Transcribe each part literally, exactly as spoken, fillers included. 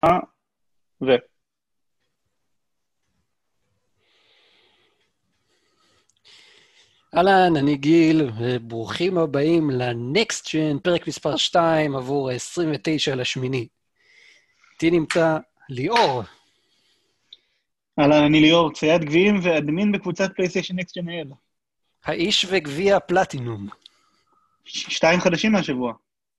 ו... אהלן, אני גיל, וברוכים הבאים לנקסט ג'ן, פרק מספר שתיים עבור ה-עשרים ותשע לשמיני. איתי נמצא ליאור. אהלן, אני ליאור, צייד גביעים ואדמין בקבוצת פלייסטיישן נקסט ג'ן אל. האיש וגביע פלטינום. ש- שתיים חדשים מהשבוע.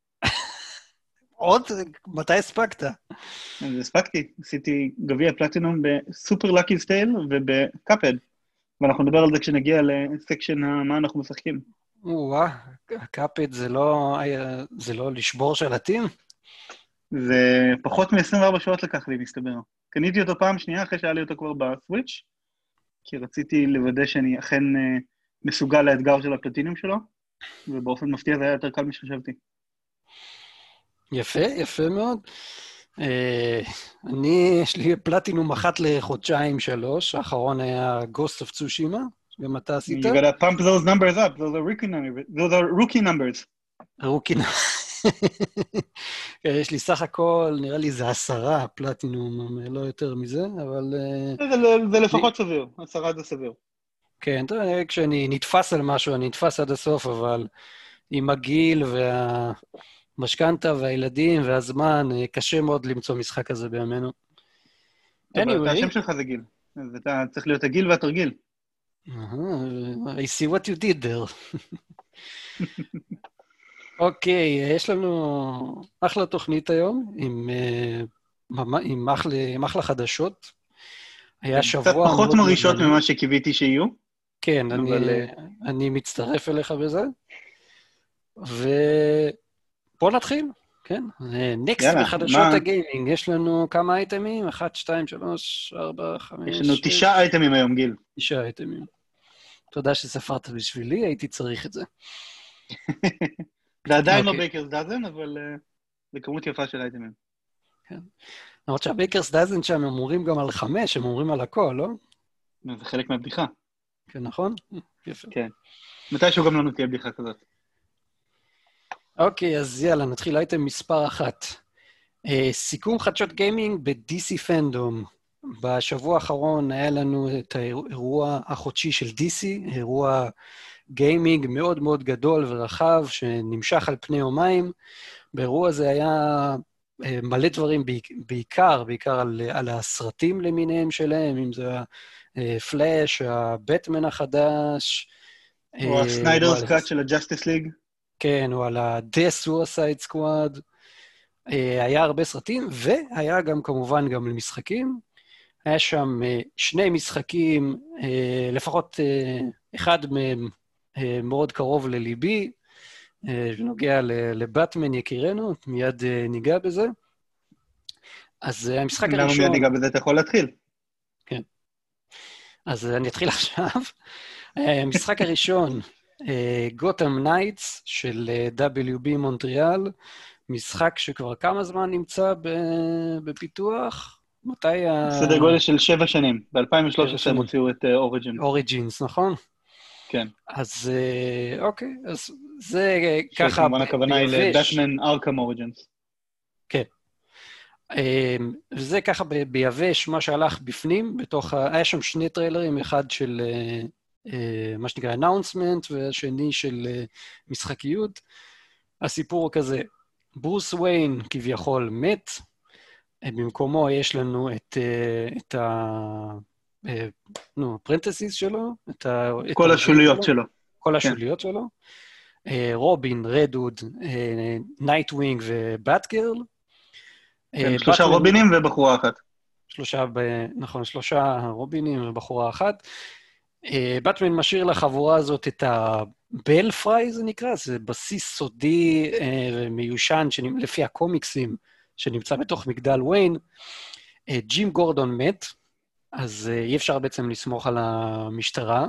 עוד? מתי הספקת? אז הספקתי, עשיתי גביע פלטינום בסופר לקי סטייל ובקאפד. ואנחנו נדבר על זה כשנגיע לסקשן מה אנחנו משחקים. וואה, הקאפד זה לא, זה לא לשבור שלטים? זה פחות מ-עשרים וארבע שעות לקח לי, מסתבר. קניתי אותו פעם שנייה אחרי שהיה לי אותו כבר בסוויץ', כי רציתי לוודא שאני אכן uh, מסוגל לאתגר של הפלטיניום שלו, ובאופן מפתיע זה היה יותר קל משחשבתי. יפה, יפה מאוד. Uh, אני, יש לי פלטינום אחת לחודשיים שלוש, האחרון היה Ghost of Tsushima, גם אתה עשית? You gotta pump those numbers up, those are rookie numbers. Those are rookie numbers. רוקי נ... יש לי סך הכל, נראה לי זה עשרה פלטינום, לא יותר מזה, אבל... זה, זה, זה לפחות סביר, עשרה זה סביר. כן, כשאני נתפס על משהו, אני נתפס עד הסוף, אבל עם הגיל והמשכנתה והילדים והזמן, קשה מאוד למצוא משחק כזה בימינו. anyway. השם שלך זה גיל, אז אתה צריך להיות הגיל והתרגיל. I see what you did there. אוקיי, יש לנו אחלה תוכנית היום, עם, עם, אחלה, עם אחלה חדשות. היה שבוע... קצת פחות מרישות ממה שקיוויתי שיהיו. כן, אבל... אני, אני מצטרף אליך בזה. ובוא נתחיל, כן? נקסט בחדשות מה... הגיימינג, יש לנו כמה אייטמים? אחת, שתיים, שלוש, ארבע, חמש... יש לנו תשעה אייטמים היום, גיל. תשעה אייטמים. תודה שספרת בשבילי, הייתי צריך את זה. זה עדיין לא בייקרס דאזן, אבל זה כמות יפה של אייטמים. כן. למרות שהבייקרס דאזן שם אומרים גם על חמש, הם אומרים על הכל, לא? זה חלק מהבדיחה. כן, נכון? יפה. כן. מתישהו גם לנו תהיה בדיחה כזאת. אוקיי, אז יאללה, נתחיל אייטם מספר אחת. סיכום חדשות גיימינג ב-די סי פנדום. בשבוע האחרון היה לנו את האירוע החודשי של די סי, אירוע גיימינג מאוד מאוד גדול ורחב, שנמשך על פני יומיים. באירוע הזה היה מלא דברים, בעיקר, בעיקר על, על הסרטים למיניהם שלהם, אם זה הפלאש, הבטמן החדש. או הסניידרס קאט של הג'סטיס ליג. כן, או על ה-The Suicide Squad. היה הרבה סרטים, והיה גם כמובן גם למשחקים. היה שם שני משחקים, לפחות אחד מהם מאוד קרוב לליבי, שנוגע לבטמן יקירנו, מיד ניגע בזה. אז המשחק הראשון... למה מיד ניגע בזה? אתה יכול להתחיל. כן. אז אני אתחיל עכשיו. המשחק הראשון, גותם נייטס של דאבליו בי מונטריאל, משחק שכבר כמה זמן נמצא בפיתוח. מתי ה... סדר גודל של שבע שנים. ב-אלפיים ושלוש עשרה הם הוציאו את אוריג'ינס. אוריג'ינס, נכון? כן. אז אוקיי, אז זה ככה... שכמובן הכוונה היא לבטמן ארכם אוריג'ינס. כן. וזה ככה ביבש מה שהלך בפנים, בתוך... היה שם שני טריילרים, אחד של מה שנקרא announcement, והשני של משחקיות. הסיפור כזה, ברוס וויין כביכול מת, במקומו יש לנו את, את ה... נו, פרנטסיס שלו, את ה... כל השוליות שלו. כל השוליות שלו. רובין, רדוד, נייטווינג ובאטגרל. שלושה רובינים ובחורה אחת. שלושה, נכון, שלושה רובינים ובחורה אחת. באטמן משאיר לחבורה הזאת את הבל פריי, זה נקרא, זה בסיס סודי ומיושן, לפי הקומיקסים, שנמצא בתוך מגדל וויין. ג'ים גורדון מת, אז אי אפשר בעצם לסמוך על המשטרה,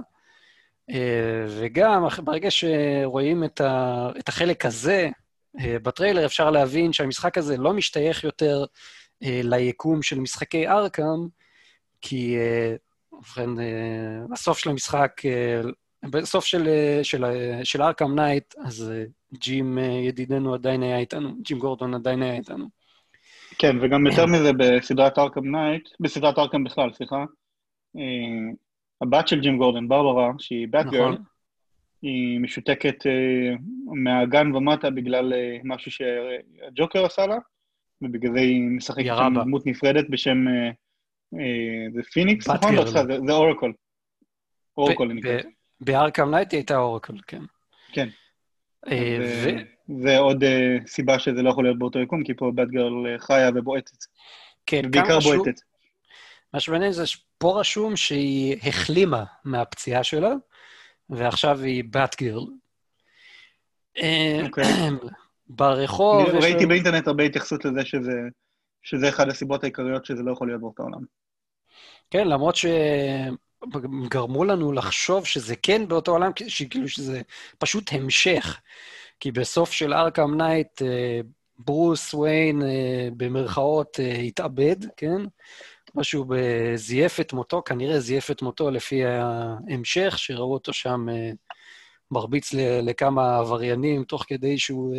וגם ברגע שרואים את, ה, את החלק הזה בטריילר, אפשר להבין שהמשחק הזה לא משתייך יותר ליקום של משחקי ארכם, כי ובכן, בסוף של המשחק, בסוף של, של, של ארכם נייט, אז ג'ים ידידנו עדיין היה איתנו, ג'ים גורדון עדיין היה איתנו. כן, וגם יותר מזה בסדרת ארכם נייט, בסדרת ארכם בכלל, סליחה, הבת של ג'ים גורדון, ברברה, שהיא בת גרל, נכון. היא משותקת מהגן ומטה בגלל משהו שהג'וקר עשה לה, ובגלל זה היא משחקת שם ירה דמות נפרדת בשם, זה פיניקס, בת נכון? לא, גרל. סליחה, זה אורקל. אורקל היא נקראת. בארכם נייט היא הייתה אורקל, כן. כן. אה, ו... זה עוד סיבה שזה לא יכול להיות באותו יקום, כי פה בת גרל חיה ובועטת. כן, כאן ובעיקר רשום, בועטת. מה שמעניין זה שפה רשום שהיא החלימה מהפציעה שלה, ועכשיו היא בת גרל. אוקיי. ברחוב יש ראיתי לנו... באינטרנט הרבה התייחסות לזה שזה, שזה אחד הסיבות העיקריות שזה לא יכול להיות באותו עולם. כן, למרות שגרמו לנו לחשוב שזה כן באותו עולם, כאילו שזה פשוט המשך. כי בסוף של ארכם נייט, ברוס וויין במרכאות התאבד, כן? משהו זייף את מותו, כנראה זייף את מותו לפי ההמשך, שראו אותו שם מרביץ לכמה עבריינים, תוך כדי שהוא,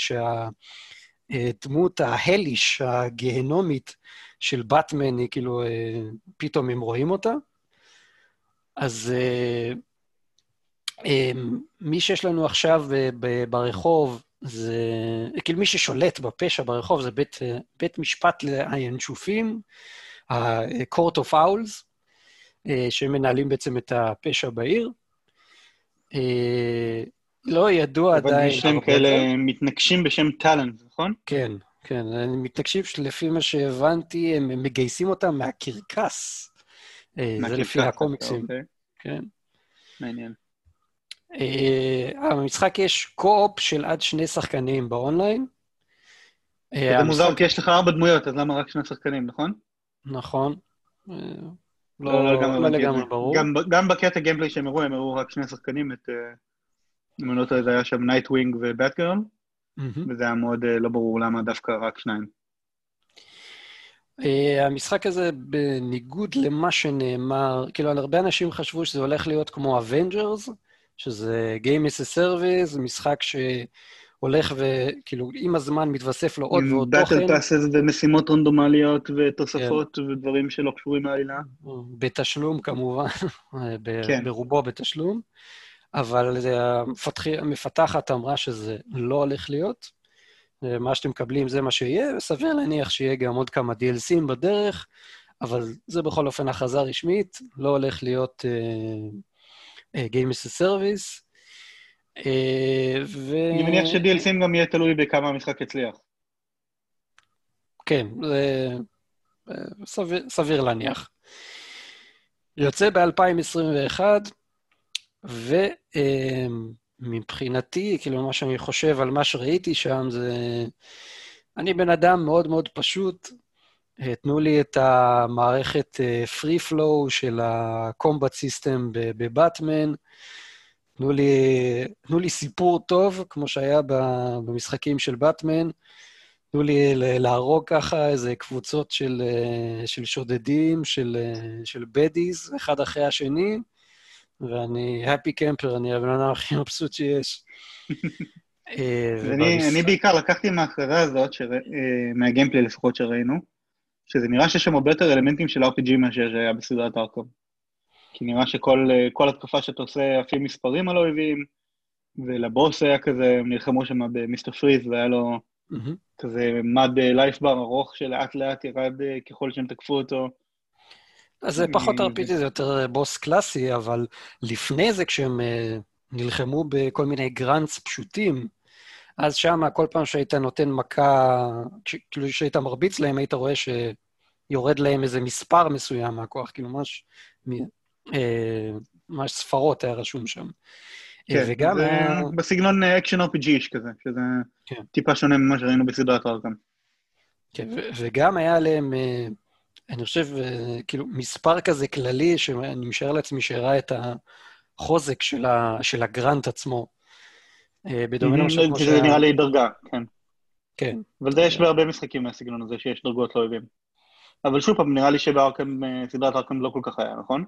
שהדמות ההליש, הגהנומית של באטמן, היא כאילו, פתאום הם רואים אותה. אז מי שיש לנו עכשיו ברחוב, זה, כאילו מי ששולט בפשע ברחוב, זה בית, בית משפט לינשופים, ה-Court of Owls, שמנהלים בעצם את הפשע בעיר. לא ידוע עדיין... יש להם כאלה מתנגשים בשם טלנט, נכון? כן, כן. מתנגשים שלפי מה שהבנתי, הם מגייסים אותם מהקרקס. זה לפי הקומיקסים. כן. מעניין. במשחק יש קו-אופ של עד שני שחקנים באונליין. זה מוזר, כי יש לך ארבע דמויות, אז למה רק שני שחקנים, נכון? נכון. לא לגמרי ברור. גם בקטע גיימפליי שהם הראו, הם הראו רק שני שחקנים, את אמנות הזה היה שם נייטווינג ובטגרל, וזה היה מאוד לא ברור למה דווקא רק שניים. המשחק הזה, בניגוד למה שנאמר, כאילו, הרבה אנשים חשבו שזה הולך להיות כמו אבנג'רס, שזה Game as a Service, משחק שהולך וכאילו, עם הזמן מתווסף לו עוד ועוד תוכן. עם Battle Passes ומשימות רנדומליות ותוספות ודברים שלא קשורים לעלילה. בתשלום כמובן, ברובו בתשלום, אבל המפתחת אמרה שזה לא הולך להיות, מה שאתם מקבלים זה מה שיהיה, וסביר להניח שיהיה גם עוד כמה די אל סי בדרך, אבל זה בכל אופן הכרזה רשמית, לא הולך להיות uh, uh, Game as a Service. Uh, ו... אני מניח ש-די אל סי גם יהיה תלוי בכמה המשחק יצליח. כן, זה uh, סביר, סביר להניח. יוצא ב-אלפיים עשרים ואחת, ו... Uh, מבחינתי, כאילו מה שאני חושב על מה שראיתי שם, זה... אני בן אדם מאוד מאוד פשוט, תנו לי את המערכת free flow של ה-combat system בבטמן, תנו לי, תנו לי סיפור טוב, כמו שהיה במשחקים של בטמן, תנו לי להרוג ככה איזה קבוצות של, של שודדים, של, של בדיז, אחד אחרי השני, ואני happy camper, אני הבן אדם הכי מבסוט שיש. אני בעיקר לקחתי מההכרזה הזאת, מהגיימפלי לפחות שראינו, שזה נראה שיש שם הרבה יותר אלמנטים של אר פי ג'י מאשר היה בסדרת ארכם. כי נראה שכל התקפה שאתה עושה עפים מספרים על אויבים, ולבוס היה כזה, הם נלחמו שם במיסטר פריז, והיה לו כזה מד לייפבר ארוך שלאט לאט ירד ככל שהם תקפו אותו. אז זה פחות אר פי ג'י, זה יותר בוס קלאסי, אבל לפני זה כשהם נלחמו בכל מיני גרנטס פשוטים, אז שם כל פעם שהיית נותן מכה, כאילו שהיית מרביץ להם, היית רואה שיורד להם איזה מספר מסוים מהכוח, כאילו ממש, ממש ספרות היה רשום שם. כן, וגם זה היה... בסגנון אקשן אר פי ג'י כזה, שזה כן. טיפה שונה ממה שראינו בסדרת ארכם. כן, ו- וגם היה להם... אני חושב, כאילו, מספר כזה כללי, שאני משער לעצמי שהראה את החוזק של, ה, של הגרנט עצמו. בדומה למשל כמו שה... זה נראה לי דרגה, כן. כן. אבל זה יש בהרבה משחקים מהסגנון הזה, שיש דרגות לא אוהבים. אבל שוב פעם, נראה לי שבארכם, סדרת ארכם לא כל כך היה, נכון?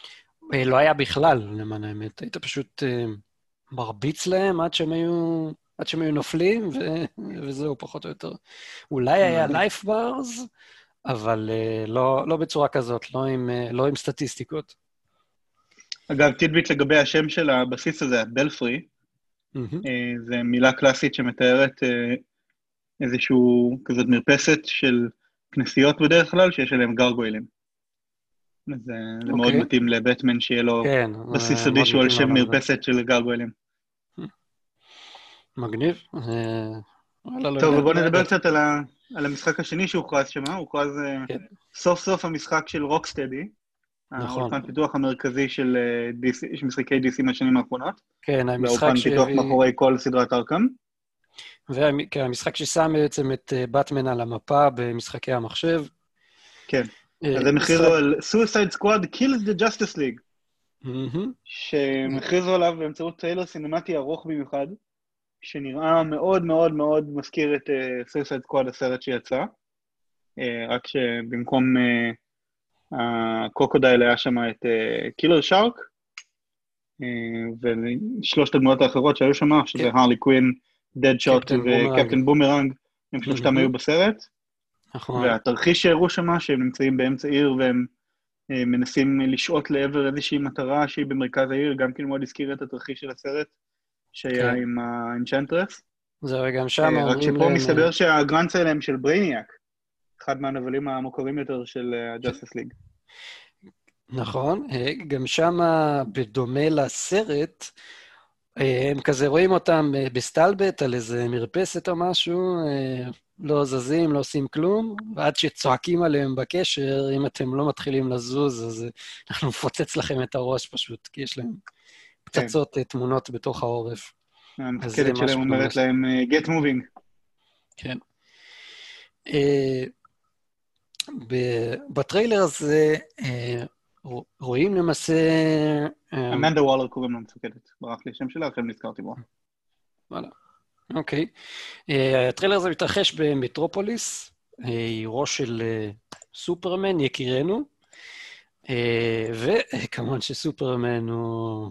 לא היה בכלל, למען האמת. היית פשוט מרביץ להם עד שהם היו עד שהם היו נופלים, ו- וזהו פחות או יותר. אולי היה לייף ברס, אבל uh, לא, לא בצורה כזאת, לא עם, uh, לא עם סטטיסטיקות. אגב, טידביט לגבי השם של הבסיס הזה, הבלפרי, Mm-hmm. זה מילה קלאסית שמתארת איזשהו כזאת מרפסת של כנסיות בדרך כלל, שיש עליהם גרגוילים. זה, זה Okay. מאוד מתאים לבטמן, שיהיה לו כן, בסיס uh, מאוד אדישו על מתאים שם לעולם הזה. מרפסת של גרגוילים. מגניב. Uh, לא טוב, יודע, ובוא לא נדבר ידעתי. קצת על, ה, על המשחק השני שהוכרז שם, הוכרז כן, סוף סוף המשחק של רוקסטדי, נכון. האולפן פיתוח המרכזי של, די סי, של משחקי די סי מהשנים האחרונות, כן, המשחק והאולפן ש... פיתוח מאחורי כל סדרת ארכם. והמשחק ששם בעצם את באטמן על המפה במשחקי המחשב. כן, אה, אז הם משחק... הכריזו על Suicide Squad Kills the Justice League, Mm-hmm. שהם הכריזו עליו באמצעות טריילר סינמטי ארוך במיוחד, שנראה מאוד מאוד מאוד מזכיר את uh, Suicide Squad, הסרט שיצא, uh, רק שבמקום uh, הקוקודייל היה שם את קילר uh, שרק, uh, ושלושת הדמויות האחרות שהיו שם, שזה הרלי קווין, דדשוט קפטן בומרנג. וקפטן בומרנג, הם שלושתם היו בסרט, נכון. והתרחיש שהראו שם, שהם נמצאים באמצע עיר והם uh, מנסים לשעות לעבר איזושהי מטרה שהיא במרכז העיר, גם כן מאוד הזכיר את התרחיש של הסרט, שהיה כן. עם האנצ'נטרס. זהו, גם שם רק אומרים שפה להם... מסתבר שהגרנד סלם של ברייניאק, אחד מהנבלים המוכרים יותר של הג'אסטיס ליג. נכון, גם שם בדומה לסרט, הם כזה רואים אותם בסטלבט על איזה מרפסת או משהו, לא זזים, לא עושים כלום, ועד שצועקים עליהם בקשר, אם אתם לא מתחילים לזוז, אז אנחנו נפוצץ לכם את הראש פשוט, כי יש להם פצצות תמונות בתוך העורף. המפקדת שלהם אומרת להם, get moving. כן. בטריילר הזה רואים למעשה... אמנדה וואלר קוראים לו מפקדת, ברח לי שם שלה, אחרי נזכרתי בו. וואלה, אוקיי. הטריילר הזה מתרחש במטרופוליס, עירו של סופרמן, יקירנו, וכמובן שסופרמן הוא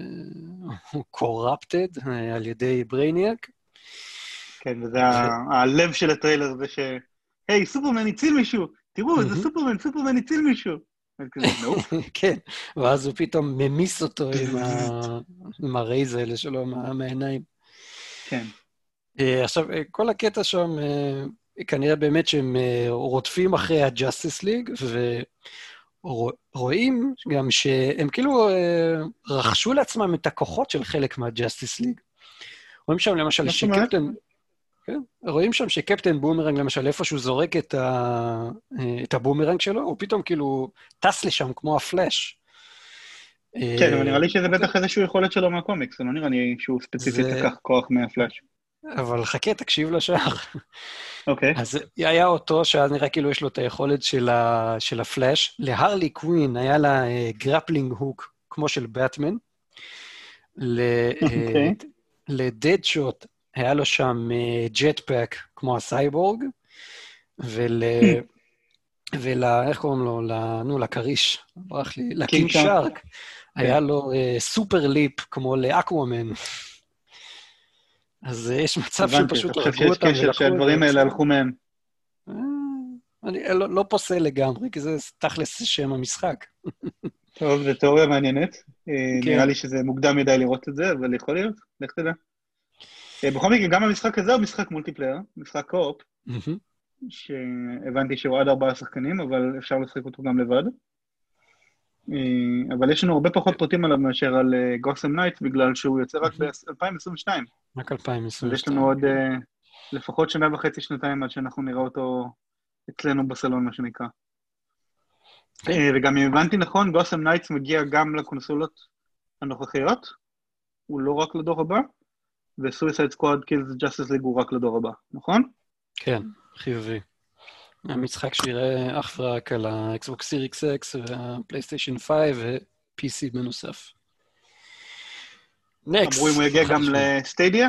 קורפטד על ידי ברייניאק. כן, וזה הלב של הטריילר, זה ש... היי, סופרמן הציל מישהו! תראו, זה סופרמן, סופרמן הציל מישהו! כן, ואז הוא פתאום ממיס אותו עם הרייז האלה שלו מהעיניים. כן. עכשיו, כל הקטע שם, כנראה באמת שהם רודפים אחרי הג'אסטיס ליג, ורואים גם שהם כאילו רכשו לעצמם את הכוחות של חלק מהג'אסטיס ליג. רואים שם למשל שקפטן... כן? רואים שם שקפטן בומרנג, למשל, איפה שהוא זורק את, ה... את הבומרנג שלו, הוא פתאום כאילו טס לשם כמו הפלאש. כן, אבל נראה לי שזה בטח איזשהו יכולת שלו מהקומיקס, זה לא נראה לי שהוא ספציפית לקח כוח מהפלאש. אבל חכה, תקשיב לשאר. אוקיי. אז היה אותו, שאז נראה כאילו יש לו את היכולת של, ה... של הפלאש. להרלי קווין היה לה גרפלינג הוק, כמו של באטמן. ל... אוקיי. לדדשוט, היה לו שם ג'טפק כמו הסייבורג, ול... ול... איך קוראים לו? נו, לקריש, ברח לי, לקינג שרק, היה לו סופר ליפ כמו לאקוומן. אז יש מצב שפשוט הרגו אותם. אני חושב שיש קשר שהדברים האלה הלכו מהם. אני לא פוסל לגמרי, כי זה תכלס שם המשחק. טוב, זו תיאוריה מעניינת. נראה לי שזה מוקדם מדי לראות את זה, אבל יכול להיות, לך תדע. בכל מקרה, גם המשחק הזה הוא משחק מולטיפלייר, משחק קו-אופ, שהבנתי שהוא עד ארבעה שחקנים, אבל אפשר לשחק אותו גם לבד. אבל יש לנו הרבה פחות פרטים עליו מאשר על גוסם נייט, בגלל שהוא יוצא רק ב-אלפיים עשרים ושתיים. רק אלפיים עשרים ושתיים. אז יש לנו עוד לפחות שנה וחצי, שנתיים, עד שאנחנו נראה אותו אצלנו בסלון, מה שנקרא. וגם אם הבנתי נכון, גוסם נייטס מגיע גם לקונסולות הנוכחיות, הוא לא רק לדור הבא, ו-Suicide Squad Kills the Justice League הוא רק לדור הבא, נכון? כן, חיובי. המשחק שיראה אך ורק על ה-Xbox Series X וה-PlayStation חמש ו-פי סי בנוסף. נקסט. אמרו אם הוא יגיע גם לסטיידיה?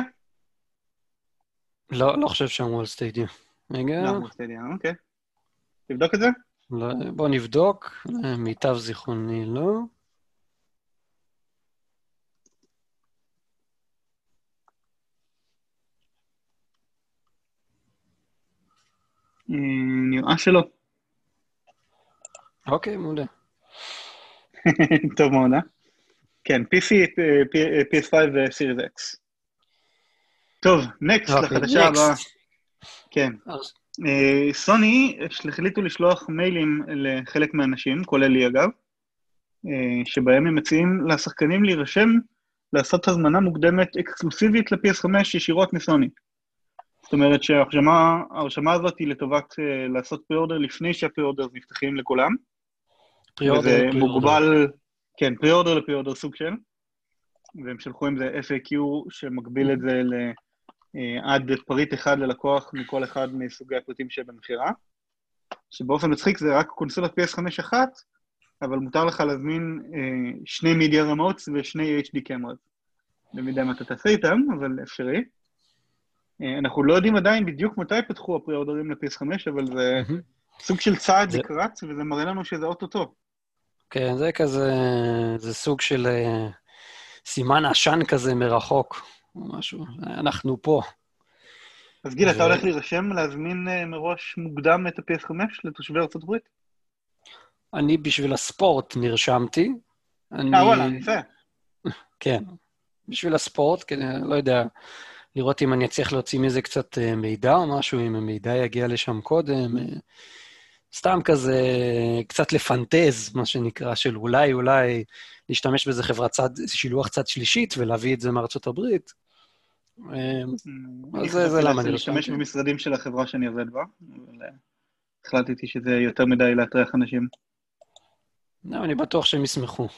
לא, לא חושב שאמרו על סטיידיה. רגע. לא אמרו סטיידיה, אוקיי. תבדוק את זה? בוא נבדוק, מיטב זיכרוני לא. נראה שלא. אוקיי, מעולה. טוב מאוד, אה? כן, פי סי, פי אס חמש ו-Series X. טוב, נקסט, לחדשה הבאה. כן. סוני החליטו לשלוח מיילים לחלק מהאנשים, כולל לי אגב, שבהם הם מציעים לשחקנים להירשם, לעשות הזמנה מוקדמת אקסקלוסיבית ל-פי אס חמש ישירות מסוני. זאת אומרת שההרשמה הזאת היא לטובת לעשות פרי-אורדר לפני שהפרי-אורדר נפתחים לכולם. וזה מוגבל, כן, פרי-אורדר לפרי-אורדר סוג של, והם שלחו עם זה אף איי קיו שמגביל את זה עד פריט אחד ללקוח מכל אחד מסוגי הפריטים שבמחירה, שבאופן מצחיק זה רק קונסולת פי אס חמש אחת, אבל מותר לך להזמין שני מידיה רמוטס ושני אייץ' די קמרות. במידה מה אתה תעשה איתם, אבל אפשרי. אנחנו לא יודעים עדיין בדיוק מתי פתחו הפרי-אורדרים ל-פי אס חמש, אבל זה סוג של צעד לקראת, וזה מראה לנו שזה אוטוטו. כן, זה כזה, זה סוג של סימן עשן כזה מרחוק, משהו, אנחנו פה. אז גיל, אתה הולך להירשם, להזמין מראש מוקדם את ה-פי אס חמש לתושבי ארצות הברית? אני בשביל הספורט נרשמתי. אה, וואלה, יפה. כן, בשביל הספורט, כי אני לא יודע, לראות אם אני אצליח להוציא מזה קצת מידע או משהו, אם המידע יגיע לשם קודם, סתם כזה, קצת לפנטז, מה שנקרא, של אולי, אולי להשתמש בזה חברת צד, שילוח צד שלישית, ולהביא את זה מארצות הברית. אז זה למה אני להשתמש במשרדים של החברה שאני עובד בה, החלטתי שזה יותר מדי להטריח אנשים. לא, אני בטוח שהם ישמחו.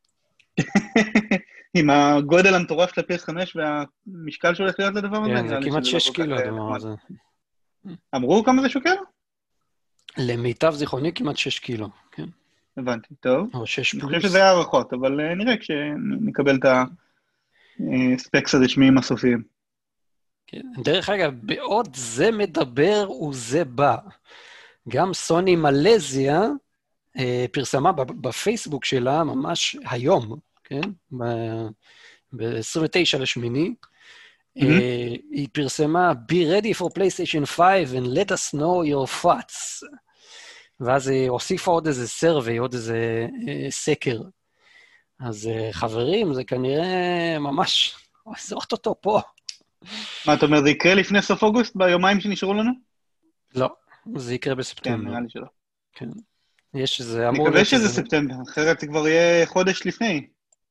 עם הגודל המטורף של ה-פי אס חמש והמשקל שהולך להיות לדבר הזה? כן, זה כמעט שש קילו הדבר הזה. אמרו כמה זה שוקל? למיטב זיכרוני כמעט שש קילו, כן. הבנתי, טוב. או שש פלוס. אני חושב שזה היה הערכות, אבל נראה כשנקבל את הספקס הרשמיים הסופיים. כן. דרך אגב, בעוד זה מדבר וזה בא. גם סוני מלזיה פרסמה בפייסבוק שלה ממש היום, כן? ב-עשרים ותשעה לשמיני, היא פרסמה, be ready for PlayStation five and let us know your thoughts. ואז היא הוסיפה עוד איזה survey, עוד איזה סקר. אז חברים, זה כנראה ממש, זה אוטוטו פה. מה, אתה אומר, זה יקרה לפני סוף אוגוסט, ביומיים שנשארו לנו? לא, זה יקרה בספטמבר. כן, נראה לי שלא. כן. יש איזה... אני מקווה שזה ספטמבר, אחרת זה כבר יהיה חודש לפני.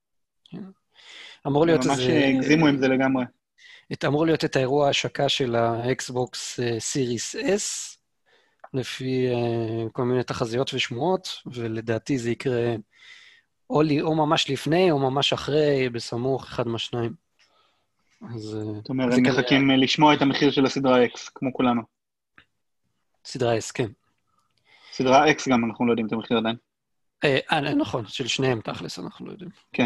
אמור להיות איזה... ממש הגזימו עם זה לגמרי. אמור להיות את האירוע ההשקה של האקסבוקס סיריס אס, לפי כל מיני תחזיות ושמועות, ולדעתי זה יקרה או ממש לפני או ממש אחרי, בסמוך אחד מהשניים. זאת אומרת, הם מחכים לשמוע את המחיר של הסדרה X, כמו כולנו. סדרה S, כן. סדרה X גם אנחנו לא יודעים את המחיר עדיין. אה, נכון, של שניהם תכלס אנחנו לא יודעים. כן.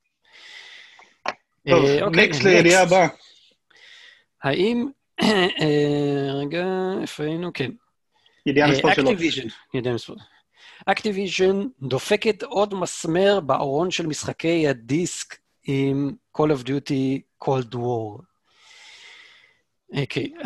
טוב, נקסט לידיעה הבאה. האם, רגע, איפה היינו? כן. ידיעה מספר שלוש. אקטיביז'ן, ידיעה מספר. אקטיביז'ן דופקת עוד מסמר בארון של משחקי הדיסק עם Call of Duty Cold War. אוקיי,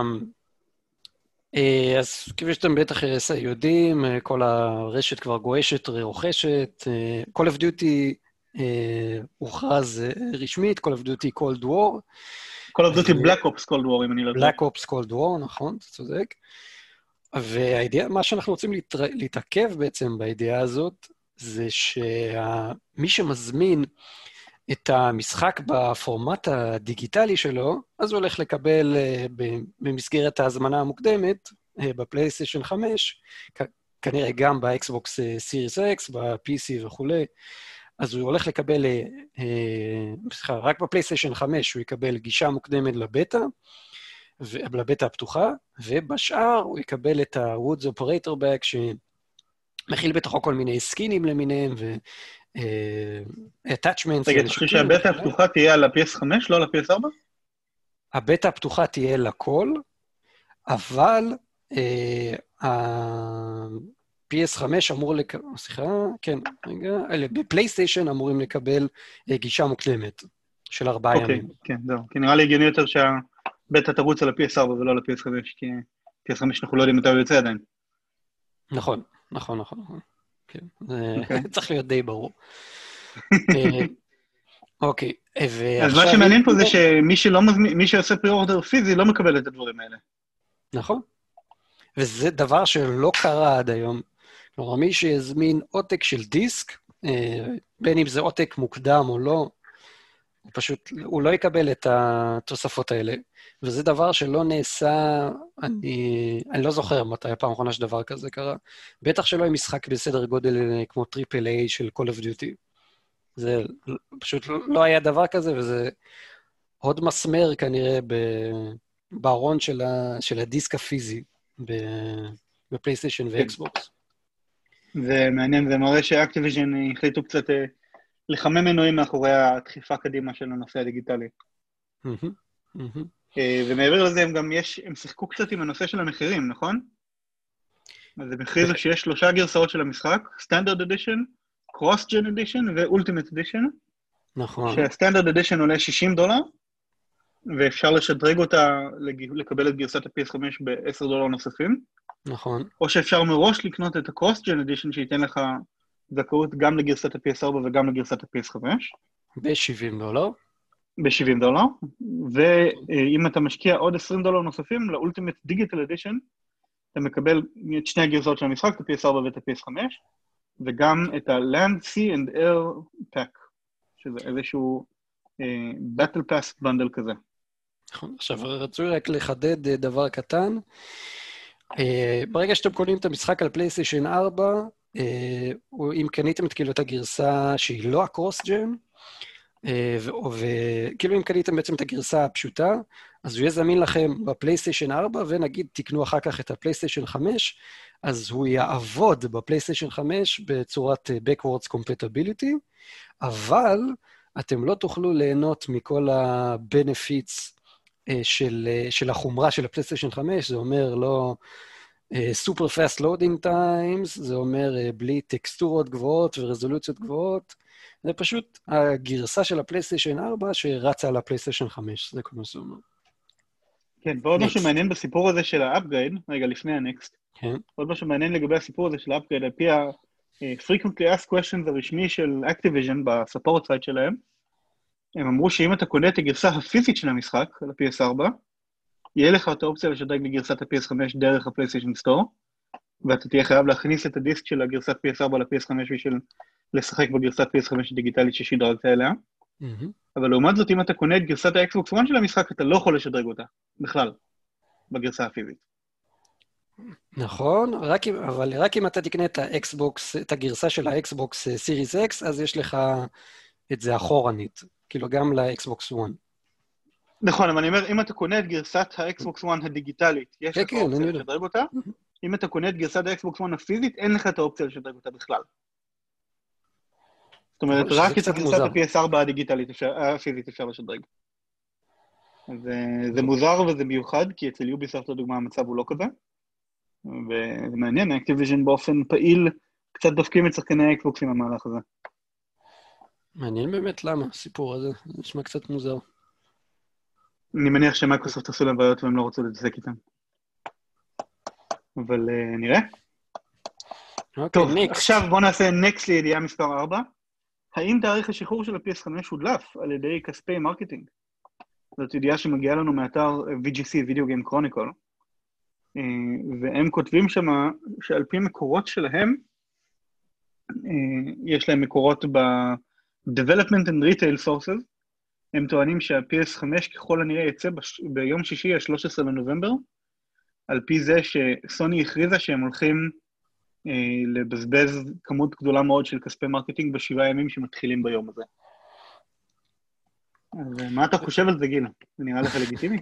אז כפי שאתם בטח יודעים, כל הרשת כבר גועשת, רוכשת, Call of Duty הוכרז רשמית, Call of Duty Cold War. Call of Duty Black Ops Cold War, אם אני לא יודע. Black Ops Cold War, נכון, אתה צודק. ומה שאנחנו רוצים להתעכב בעצם בידיעה הזאת, זה שמי שמזמין את המשחק בפורמט הדיגיטלי שלו, אז הוא הולך לקבל במסגרת ההזמנה המוקדמת, בפלייסטיישן חמש, כנראה גם באקסבוקס סיריס אקס, ב-פי סי וכו', אז הוא הולך לקבל, סליחה, רק בפלייסטיישן חמש הוא יקבל גישה מוקדמת לבטא, לבטא הפתוחה, ובשאר הוא יקבל את ה-Woods Operator Bag, שמכיל בתוכו כל מיני סקינים למיניהם, ו... attachments. רגע, אתה חושב שהבטא הפתוחה תהיה על ה-פי אס חמש, לא על ה-פי אס ארבע? הבטא הפתוחה תהיה לכל, אבל ה-פי אס חמש אמור לקבל, סליחה, כן, רגע, בפלייסטיישן אמורים לקבל גישה מוקדמת של ארבעה ימים. אוקיי, כן, זהו. כי נראה לי הגיוני יותר שהבטא תרוץ על ה-פי אס ארבע ולא על ה-פי אס חמש, כי פי אס חמש אנחנו לא יודעים מתי הוא יוצא עדיין. נכון, נכון, נכון, נכון. כן, אוקיי. צריך להיות די ברור. אוקיי, ועכשיו... אז מה שמעניין פה זה שמי שלא מזמין, מי שעושה פרי-אורדר פיזי לא מקבל את הדברים האלה. נכון. וזה דבר שלא קרה עד היום. כלומר, מי שיזמין עותק של דיסק, בין אם זה עותק מוקדם או לא, הוא פשוט, הוא לא יקבל את התוספות האלה. וזה דבר שלא נעשה, אני, אני לא זוכר מתי הפעם האחרונה שדבר כזה קרה. בטח שלא עם משחק בסדר גודל כמו טריפל איי של Call of Duty. זה פשוט לא היה דבר כזה, וזה עוד מסמר כנראה בארון של, ה, של הדיסק הפיזי בפלייסטיישן ואקסבוקס. זה מעניין, זה מראה שאקטיביז'ן החליטו קצת לחמם מנועים מאחורי הדחיפה קדימה של הנושא הדיגיטלי. ומעבר לזה הם גם יש, הם שיחקו קצת עם הנושא של המחירים, נכון? אז הם הכריזו שיש שלושה גרסאות של המשחק, Standard Edition, Cross-Gen Edition ו-Ultimate Edition. נכון. שהסטנדרט אדישן עולה שישים דולר, ואפשר לשדרג אותה, לקבל את גרסת ה-פי אס חמש ב-עשרה דולר נוספים. נכון. או שאפשר מראש לקנות את ה-Cross-Gen Edition, שייתן לך זכאות גם לגרסת ה-פי אס ארבע וגם לגרסת ה-פי אס חמש. ב-שבעים דולר. ב-שבעים דולר. ואם אתה משקיע עוד עשרים דולר נוספים, ל-Ultimate Digital Edition, אתה מקבל את שני הגרסאות של המשחק, את ה-פי אס ארבע ואת ה-פי אס חמש, וגם את ה-Land, Sea and Air Pack, שזה איזשהו uh, Battle Pass bundle כזה. נכון, עכשיו רצוי רק לחדד uh, דבר קטן. Uh, ברגע שאתם קונים את המשחק על פלייסטיישן ארבע, uh, אם קניתם את כאילו את הגרסה שהיא לא הקרוס-ג'ן, וכאילו אם קניתם בעצם את הגרסה הפשוטה, אז הוא יהיה זמין לכם בפלייסטיישן ארבע, ונגיד תקנו אחר כך את הפלייסטיישן חמש, אז הוא יעבוד בפלייסטיישן חמש בצורת backwards compatibility, אבל אתם לא תוכלו ליהנות מכל ה-benefits של, של החומרה של הפלייסטיישן חמש, זה אומר לא super fast loading times, זה אומר בלי טקסטורות גבוהות ורזולוציות גבוהות, זה פשוט הגרסה של הפלייסטיישן ארבע שרצה על הפלייסטיישן חמש, זה כל מה שזה אומר. כן, ועוד משהו מעניין בסיפור הזה של האפגרייד, רגע לפני הנקסט, כן. עוד משהו מעניין לגבי הסיפור הזה של האפגרייד, על פי ה-frequently asked questions הרשמי של Activision בספורט סייט שלהם, הם אמרו שאם אתה קונה את הגרסה הפיזית של המשחק, על ה-פי אס ארבע, יהיה לך את האופציה לשדרג לגרסת ה-פי אס חמש דרך הפלייסטיישן סטור, ואתה תהיה חייב להכניס את הדיסק של הגרסת פי אס ארבע ל-פי אס חמש בשביל לשחק בגרסת פי אס חמש דיגיטלית ששדרגת אליה. Mm-hmm. אבל לעומת זאת, אם אתה קונה את גרסת האקסבוקס וואן של המשחק, אתה לא יכול לשדרג אותה, בכלל, בגרסה הפיזית. נכון, רק אם, אבל רק אם אתה תקנה את האקסבוקס, את הגרסה של האקסבוקס סיריס אקס, אז יש לך את זה אחורנית, כאילו גם לאקסבוקס וואן. נכון, אבל אני אומר, אם אתה קונה את גרסת האקסבוקס וואן הדיגיטלית, יש לך אופציה לשדרג אותה. אם אתה קונה את גרסת האקסבוקס וואן הפיזית, אין לך את האופציה לשדרג אותה בכלל. זאת אומרת, רק את גרסת ה-פי אס ארבע הדיגיטלית, הפיזית אפשר לשדרג. זה מוזר וזה מיוחד, כי אצל יוביסופט לדוגמה המצב הוא לא כזה. וזה מעניין, אקטיביז'ן באופן פעיל קצת דופקים את שחקני האקסבוקס עם המהלך הזה. מעניין באמת למה, הסיפור הזה, זה נשמע קצת מוזר. אני מניח שמייקרוסופט עשו להם בעיות והם לא רוצו להתעסק איתם. אבל uh, נראה. Okay, טוב, next. עכשיו בואו נעשה נקסט לידיעה מספר ארבע. האם תאריך השחרור של ה-פי אס חמש הודלף על ידי כספי מרקטינג? זאת ידיעה שמגיעה לנו מאתר וי ג'י סי, Video Game Chronicle, והם כותבים שמה שעל פי מקורות שלהם, יש להם מקורות ב-Development and Retail Sources, הם טוענים שה-פי אס חמש ככל הנראה יצא בש... ביום שישי, ה-שלושה עשר לנובמבר, על פי זה שסוני הכריזה שהם הולכים אה, לבזבז כמות גדולה מאוד של כספי מרקטינג בשבעה ימים שמתחילים ביום הזה. אז מה אתה חושב על זה, גילה? זה נראה לך לגיטימי?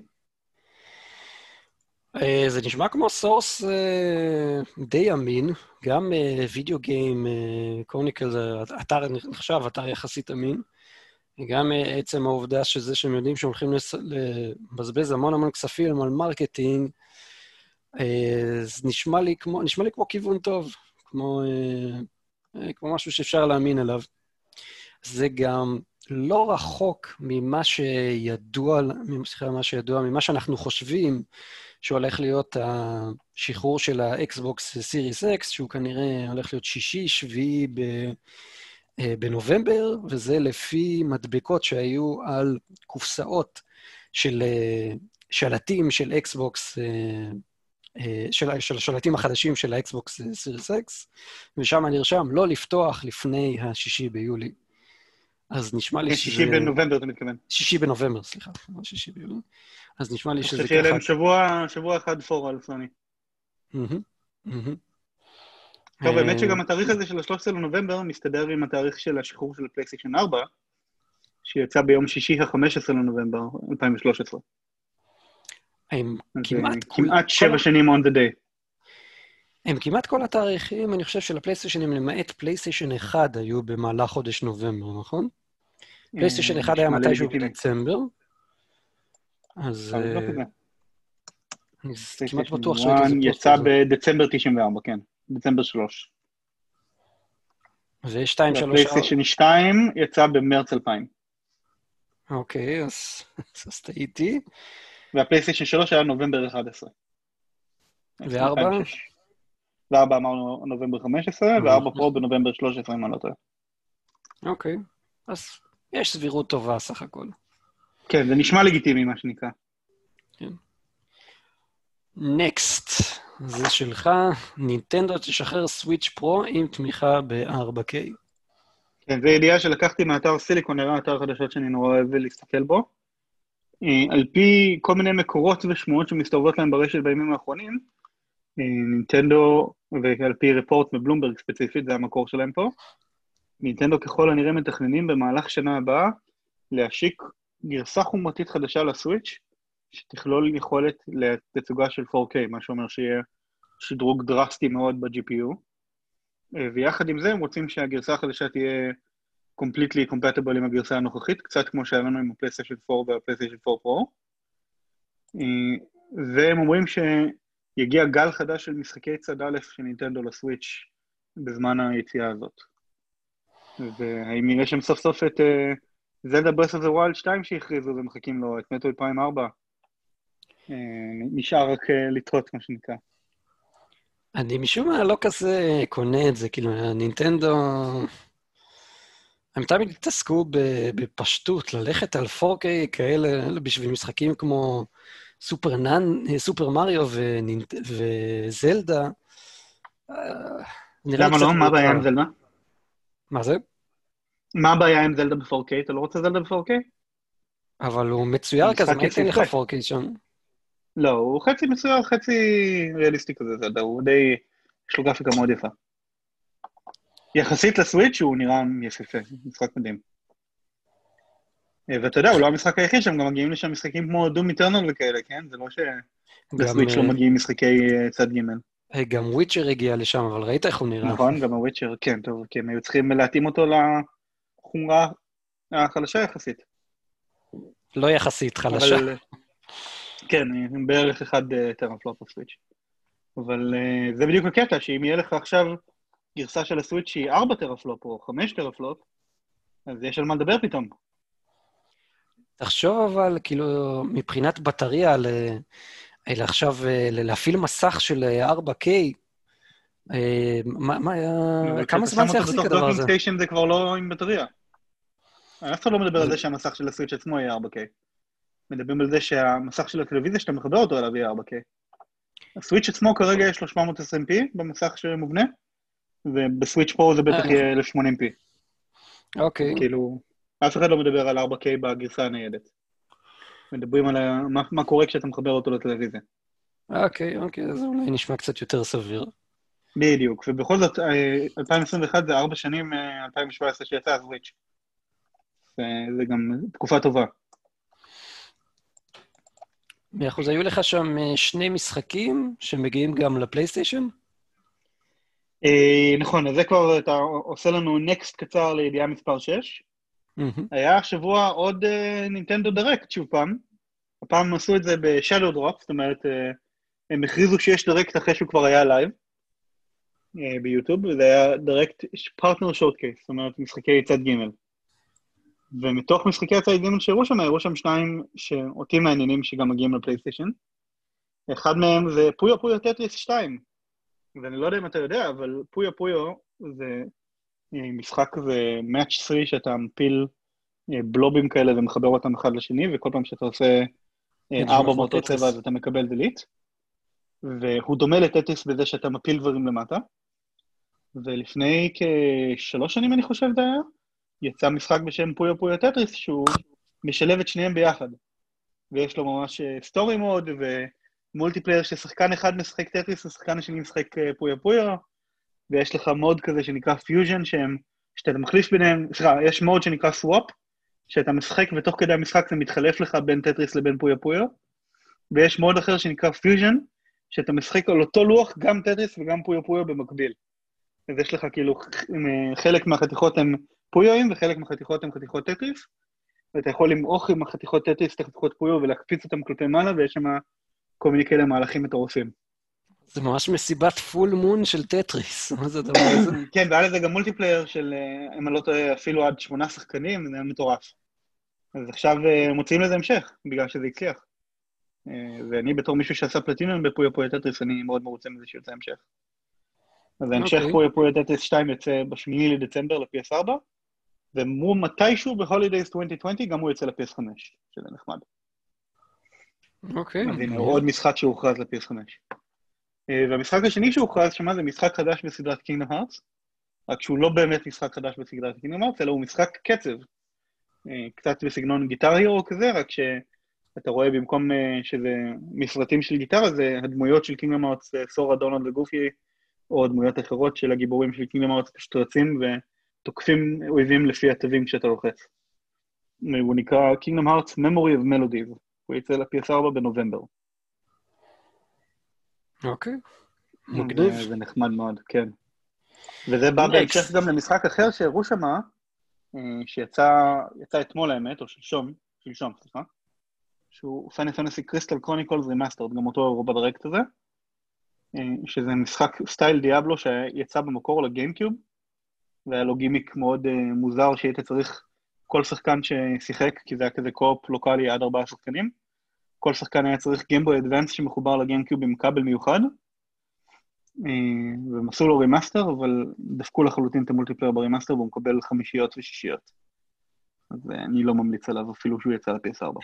זה נשמע כמו סורס די אמין, גם וידאו גיים קרוניקל זה אתר נחשב, אתר יחסית אמין, גם עצם העובדה שזה שהם יודעים שהולכים לבזבז המון המון כספים על מרקטינג, זה נשמע לי כמו, נשמע לי כמו כיוון טוב, כמו, כמו משהו שאפשר להאמין עליו. זה גם לא רחוק ממה שידוע, סליחה, מה שידוע, ממה שאנחנו חושבים, שהולך להיות השחרור של האקסבוקס סיריס אקס, שהוא כנראה הולך להיות שישי, שביעי ב... בנובמבר, וזה לפי מדבקות שהיו על קופסאות של שלטים של אקסבוקס, של, של השלטים החדשים של האקסבוקס סיריס אקס, ושם נרשם לא לפתוח לפני השישי ביולי. אז נשמע לי שזה... שישי בנובמבר, אתה מתכוון. שישי בנובמבר, סליחה, לא שישי ביולי. אז נשמע לי שזה ככה... שיהיה להם שבוע, שבוע אחד פור על סוני. טוב, באמת שגם התאריך הזה של ה-שלושה עשר לנובמבר מסתדר עם התאריך של השחרור של הפלייסטיישן ארבע, שיצא ביום שישי ה-חמישה עשר לנובמבר אלפיים ושלוש עשרה. הם כמעט... כמעט שבע שנים on the day. הם כמעט כל התאריכים, אני חושב שלפלייסטיישנים, למעט פלייסטיישן אחד, היו במהלך חודש נובמבר, נכון? פלייסטיישן אחד היה מתישהו בדצמבר, אז... אני כמעט בטוח שראיתי איזה פוסט. יצא בדצמבר תשעים וארבע, כן. דצמבר שלוש. ו-שתיים שלוש... הפלייסטיישן שתיים יצא במרץ אלפיים. אוקיי, אז טעיתי. והפלייסטיישן שלוש היה נובמבר אחד עשר. וארבע? וארבע אמרנו נובמבר חמש עשרה, וארבע פרו בנובמבר שלוש עשרה, אם אני לא טועה. אוקיי, אז יש סבירות טובה סך הכל. כן, זה נשמע לגיטימי, מה שנקרא. כן. נקסט, זה שלך, נינטנדו תשחרר סוויץ' פרו עם תמיכה ב-ארבע קיי. כן, זו ידיעה שלקחתי מאתר סיליקון, נראה אתר חדשות שאני נורא אוהב להסתכל בו. על פי כל מיני מקורות ושמועות שמסתובבות להם ברשת בימים האחרונים, נינטנדו, ועל פי רפורט מבלומברג ספציפית, זה המקור שלהם פה, נינטנדו ככל הנראה מתכננים במהלך שנה הבאה להשיק גרסה חומרתית חדשה לסוויץ', שתכלול יכולת לתצוגה של פור קיי, מה שאומר שיהיה שדרוג דרסטי מאוד ב-ג'י פי יו, ויחד עם זה הם רוצים שהגרסה החדשה תהיה completely compatible עם הגרסה הנוכחית, קצת כמו שהיה לנו עם הפלייסטיישן פור והפלייסטיישן פור פרו, והם אומרים שיגיע גל חדש של משחקי צד א' של נינטנדו לסוויץ' בזמן היציאה הזאת. והאם נראה שם סוף סוף את זלדה ברס אוף דה ווילד שתיים שהכריזו ומחכים לו, את מטרויד פריים ארבע, נשאר רק לטעות, מה שנקרא. אני משום מה לא כזה קונה את זה, כאילו, נינטנדו... הם תמיד התעסקו בפשטות, ללכת על פור קיי כאלה, בשביל משחקים כמו סופר נאן, סופר מריו וזלדה. למה לא? מה הבעיה עם זלדה? מה זה? מה הבעיה עם זלדה ב-פור קיי? אתה לא רוצה זלדה ב-פור קיי? אבל הוא מצויר כזה, מה ייתן לך פור קיי שם? לא, הוא חצי מצויר, חצי ריאליסטי כזה, זלדה, הוא די... יש לו גרפיקה מאוד יפה. יחסית לסוויץ' הוא נראה יפהפה, משחק מדהים. ואתה יודע, הוא לא המשחק היחיד שם, גם מגיעים לשם משחקים כמו דום איטרנל וכאלה, כן? זה לא שבסוויץ' לא מגיעים משחקי צד ג'. גם וויצ'ר הגיע לשם, אבל ראית איך הוא נראה? נכון, גם הוויצ'ר, כן, טוב, כי הם היו צריכים להתאים אותו לחומרה החלשה יחסית. לא יחסית, חלשה. כן, בערך אחד טרפלופ בסוויץ'. אבל זה בדיוק הקטע, שאם יהיה לך עכשיו גרסה של הסוויץ' שהיא ארבע טרפלופ או חמש טרפלופ, אז יש על מה לדבר פתאום. תחשוב אבל, כאילו, מבחינת בטריה, אלא עכשיו להפעיל מסך של ארבע קיי, כמה זמן זה יחזיק הדבר הזה? סטיישן זה כבר לא עם בטריה. אף אחד לא מדבר על זה שהמסך של הסוויץ' עצמו יהיה ארבע קיי. מדברים על זה שהמסך של הטלוויזיה שאתה מחבר אותו אליו יהיה ארבע קיי. הסוויץ' עצמו כרגע יש לו שבע מאות עשרים פי במסך שמובנה, ובסוויץ' פרו זה בטח יהיה אלף ושמונים פי. אוקיי. כאילו, אף אחד לא מדבר על ארבע קיי בגרסה הניידת. מדברים על מה קורה כשאתה מחבר אותו לטלוויזיה. אוקיי, אוקיי, אז אולי נשמע קצת יותר סביר. בדיוק, ובכל זאת, אלפיים עשרים ואחת זה ארבע שנים, אלפיים שבע עשרה שיצא הסוויץ'. זה גם תקופה טובה. מאחוז, היו לך שם שני משחקים שמגיעים גם לפלייסטיישן? נכון, אז זה כבר, אתה עושה לנו נקסט קצר לידיעה מספר שש. היה השבוע עוד נינטנדו דירקט שוב פעם. הפעם עשו את זה בשאדו דרופ, זאת אומרת, הם הכריזו שיש דירקט אחרי שהוא כבר היה לייב ביוטיוב, וזה היה דירקט פרטנר שורטקייס, זאת אומרת, משחקי צד ג'. ומתוך משחקי הצד ג' שהראו שם, הראו שם שניים שאותי מעניינים שגם מגיעים לפלייסטיישן. אחד מהם זה פויו פויו טטריס שתיים, ואני לא יודע אם אתה יודע, אבל פויו פויו זה משחק כזה match three שאתה מפיל בלובים כאלה ומחבר אותם אחד לשני, וכל פעם שאתה עושה ארבע מאותו צבע אז אתה מקבל דלית, והוא דומה לטטריס בזה שאתה מפיל דברים למטה, ולפני כשלוש שנים אני חושב זה היה, יצא משחק בשם פויו פויו טטריס שהוא משלב את שניהם ביחד, ויש לו ממש סטורי מוד ומולטיפלייר ששחקן אחד משחק טטריס ושחקן השני משחק פויו פויו, ויש לך מוד כזה שנקרא פיוז'ן, שהם, שאתה מחליף ביניהם, סליחה, יש מוד שנקרא סוואפ, שאתה משחק ותוך כדי המשחק זה מתחלף לך בין טטריס לבין פויו פויו, ויש מוד אחר שנקרא פיוז'ן, שאתה משחק על אותו לוח גם טטריס וגם פויו פויו במקביל. אז יש לך כאילו, חלק מהחתיכות הם פויואים וחלק מהחתיכות הם חתיכות טטריס, ואתה יכול למעוך עם החתיכות טטריס את החתיכות פויו ולהקפיץ אותם כלפי מעלה, ויש שם כל מיני כאלה מהלכים מטורפים. זה ממש מסיבת פול מון של טטריס, מה זה הדבר הזה? כן, והיה לזה גם מולטיפלייר של, אם אני לא טועה, אפילו עד שמונה שחקנים, זה מטורף. אז עכשיו מוצאים לזה המשך, בגלל שזה הצליח. ואני בתור מישהו שעשה פלטינום בפויו פויו טטריס, אני מאוד מרוצה מזה שיוצא המשך. אז ההמשך פויו פויו טטריס שתיים יצא בשמיני לדצמבר ל-פי אס ארבע, ומתישהו בהולידייז עשרים עשרים גם הוא יצא ל-פי אס חמש, שזה נחמד. אוקיי. אז הנה, עוד משחק שהוכרז ל-פי אס חמש. והמשחק השני שהוכרז שמה זה משחק חדש בסדרת קינגדום הארטס, רק שהוא לא באמת משחק חדש בסדרת קינגדום הארטס, אלא הוא משחק קצב, קצת בסגנון גיטר הירו כזה, רק שאתה רואה במקום שזה מסרטים של גיטרה, זה הדמויות של קינגדום הארטס, סורה, דונלד וגופי, או דמויות אחרות של הגיבורים של קינגדום הארטס פשוט רצים ותוקפים אויבים לפי התווים כשאתה לוחץ. הוא נקרא Kingdom Hearts Memory of Melodies, הוא יצא ל-פי אס ארבע בנובמבר. אוקיי, מגניב. זה נחמד מאוד, כן. וזה בא בהמשך גם למשחק אחר שהראו שמה, שיצא אתמול האמת, או שלשום, שלשום, סליחה, שהוא פיינל פנטסי קריסטל קרוניקולס רימאסטרד, גם אותו הראו בדירקט הזה, שזה משחק סטייל דיאבלו שיצא במקור לגיימקיוב, והיה לו גימיק מאוד מוזר שהיית צריך כל שחקן ששיחק, כי זה היה כזה קו-אופ לוקלי עד ארבעה שחקנים, כל שחקן היה צריך גיימבוי אדוונס שמחובר לגיימקיוב עם כבל מיוחד, והם עשו לו רימאסטר, אבל דפקו לחלוטין את המולטיפלייר ברימאסטר, והוא מקבל חמישיות ושישיות. אז אני לא ממליץ עליו אפילו שהוא יצא ל-פי אס ארבע.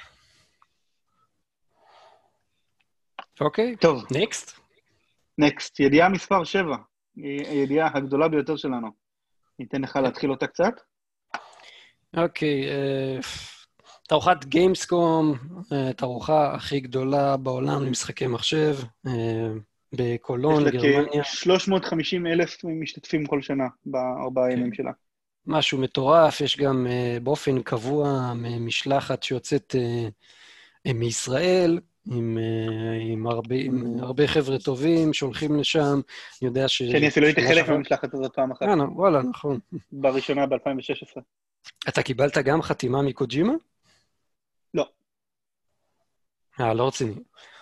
אוקיי, טוב. נקסט. נקסט, ידיעה מספר שבע, היא הידיעה הגדולה ביותר שלנו. ניתן לך להתחיל אותה קצת. אוקיי, תערוכת גיימסקום, תערוכה הכי גדולה בעולם למשחקי מחשב, בקולון, גרמניה. יש לה שלוש מאות וחמישים אלף משתתפים כל שנה בארבעה ימים שלה. משהו מטורף, יש גם באופן קבוע משלחת שיוצאת מישראל, עם, עם, הרבה, עם הרבה חבר'ה טובים שהולכים לשם, אני יודע ש... שאני אפילו הייתי חלק מהמשלחת הזאת פעם אחת. וואלה, נכון. בראשונה ב-אלפיים ושש עשרה. אתה קיבלת גם חתימה מקוג'ימה? לא. אה, לא רציני.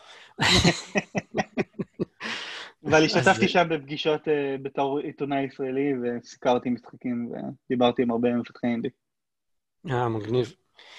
אבל השתתפתי שם בפגישות בתור עיתונאי ישראלי, וסיקרתי משחקים, ודיברתי עם הרבה מפתחי אינדי. אה, מגניב.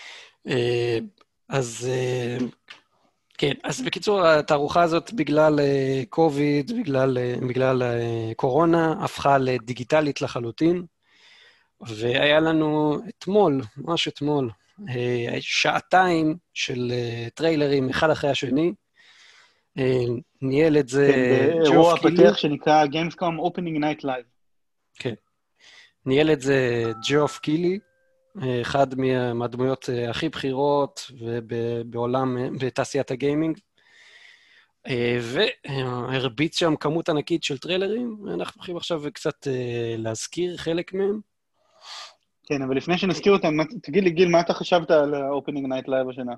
אז... כן, אז בקיצור, התערוכה הזאת בגלל קוביד, בגלל, בגלל קורונה, הפכה לדיגיטלית לחלוטין, והיה לנו אתמול, ממש אתמול, שעתיים של טריילרים אחד אחרי השני, ניהל את זה ג'וף קילי. אירוע פתח שנקרא Gamescom Opening Night Live. כן, ניהל את זה ג'וף קילי, אחד מהדמויות הכי בחירות בעולם, בתעשיית הגיימינג, והרביץ שם כמות ענקית של טריילרים, ואנחנו הולכים עכשיו קצת להזכיר חלק מהם. כן, אבל לפני שנזכיר אותם, תגיד לי גיל, מה אתה חשבת על ה-Opening Night Live השנה?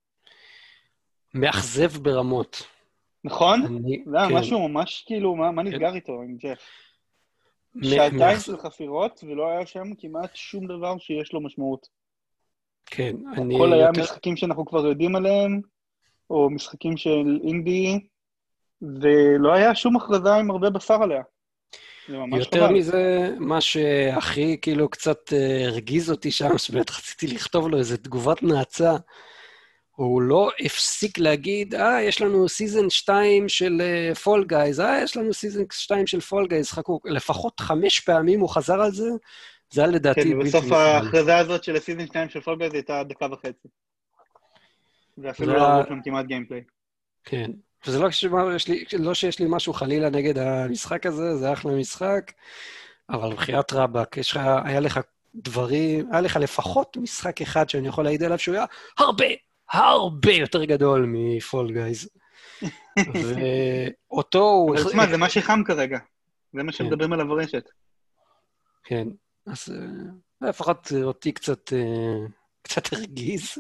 מאכזב ברמות. נכון? זה היה משהו ממש כאילו, מה נסגר איתו עם ג'ף? שעתיים של חפירות, ולא היה שם כמעט שום דבר שיש לו משמעות. כן, אני... הכל היה משחקים שאנחנו כבר יודעים עליהם, או משחקים של אינדי, ולא היה שום הכרזה עם הרבה בשר עליה. יותר מזה, מה שהכי כאילו קצת הרגיז אותי שם, שבאמת רציתי לכתוב לו איזו תגובת נאצה, הוא לא הפסיק להגיד, אה, יש לנו סיזן שתיים של פול גייז, אה, יש לנו סיזן שתיים של פול גייז, חכו, לפחות חמש פעמים הוא חזר על זה, זה היה לדעתי כן, בלתי ובסוף נסבל. ההכרזה הזאת של הסיזן שתיים של פול גייז הייתה דקה וחצי. ואפילו לא הראו שם כמעט גיימפליי. כן, וזה לא שיש לי, לא שיש לי משהו חלילה נגד המשחק הזה, זה אחלה משחק, אבל בחיית רבאק, יש לך, היה לך דברים, היה לך לפחות משחק אחד שאני יכול להעיד עליו שהוא היה הרבה, הרבה יותר גדול מפול גייז. ואותו הוא... אבל תשמע, זה מה שחם כרגע. זה מה שמדברים עליו ברשת. כן, אז לפחות אותי קצת, קצת הרגיז.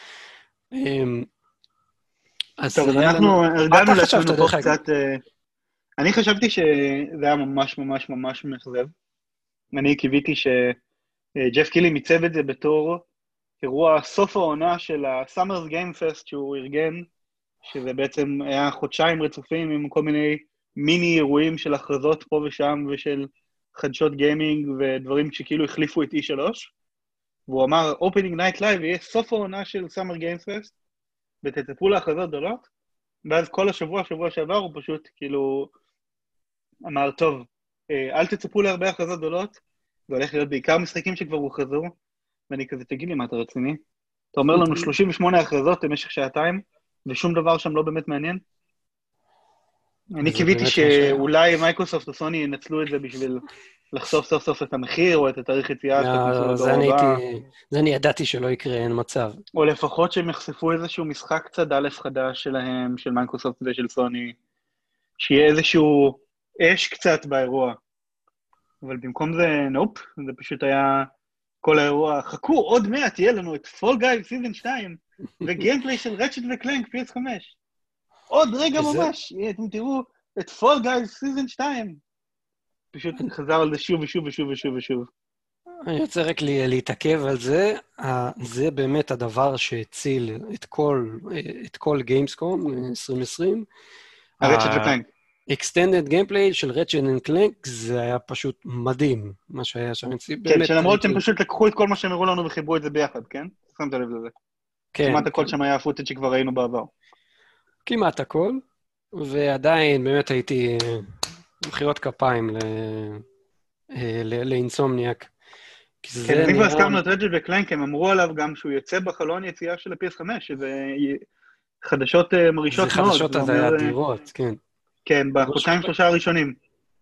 טוב, אז אנחנו הרגלנו לעצמנו פה קצת... אני חשבתי שזה היה ממש ממש ממש מחזב. אני קיוויתי שג'ף קילי מיצב את זה בתור אירוע סוף העונה של ה-Summer's Game Fest שהוא ארגן, שזה בעצם היה חודשיים רצופים עם כל מיני מיני אירועים של הכרזות פה ושם ושל חדשות גיימינג ודברים שכאילו החליפו את אי שלוש. והוא אמר, Opening Night Live יהיה סוף העונה של Summer Game Fest, ותצפו להכרזות גדולות, ואז כל השבוע, שבוע שעבר, הוא פשוט כאילו אמר, טוב, אל תצפו להרבה הכרזות גדולות, זה הולך להיות בעיקר משחקים שכבר הוכרזו, ואני כזה, תגיד לי מה אתה רציני? אתה אומר לנו שלושים ושמונה הכרזות במשך שעתיים, ושום דבר שם לא באמת מעניין? אני קיוויתי שאולי מייקרוסופט או סוני ינצלו את זה בשביל לחשוף סוף סוף את המחיר, או את התאריך יציאה של הקונסולה הדור הבא. זה אני ידעתי שלא יקרה, אין מצב. או לפחות שהם יחשפו איזשהו משחק צד א' חדש שלהם, של מייקרוסופט ושל סוני, שיהיה איזשהו אש קצת באירוע. אבל במקום זה, נופ, זה פשוט היה כל האירוע, חכו, עוד מעט תהיה לנו את פול גייז סיזן שתיים, וגיימפליי של רצ'ט וקלנק פי אס חמש. עוד רגע ממש, אתם תראו את פול גייז סיזן שתיים. פשוט חזר על זה שוב ושוב ושוב ושוב ושוב. אני רוצה רק להתעכב על זה, זה באמת הדבר שהציל את כל, את כל גיימסקום עשרים עשרים. הרצ'ט וקלנק. Extended Gameplay של רצ'ט וקלנק, זה היה פשוט מדהים, מה שהיה שם. כן, שלמרות שהם פשוט לקחו את כל מה שהם הראו לנו וחיברו את זה ביחד, כן? שמת לב לזה. כמעט הכל שם היה הפוטג' שכבר ראינו בעבר. כמעט הכל, ועדיין באמת הייתי מחיאות כפיים לאינסומניאק. כן, אם כבר הזכרנו את רצ'ט וקלנק, הם אמרו עליו גם שהוא יוצא בחלון יציאה של ה-פי אס חמש, שזה חדשות מרישות מאוד. זה חדשות אדירות, כן. כן, בחודשיים שלושה הראשונים.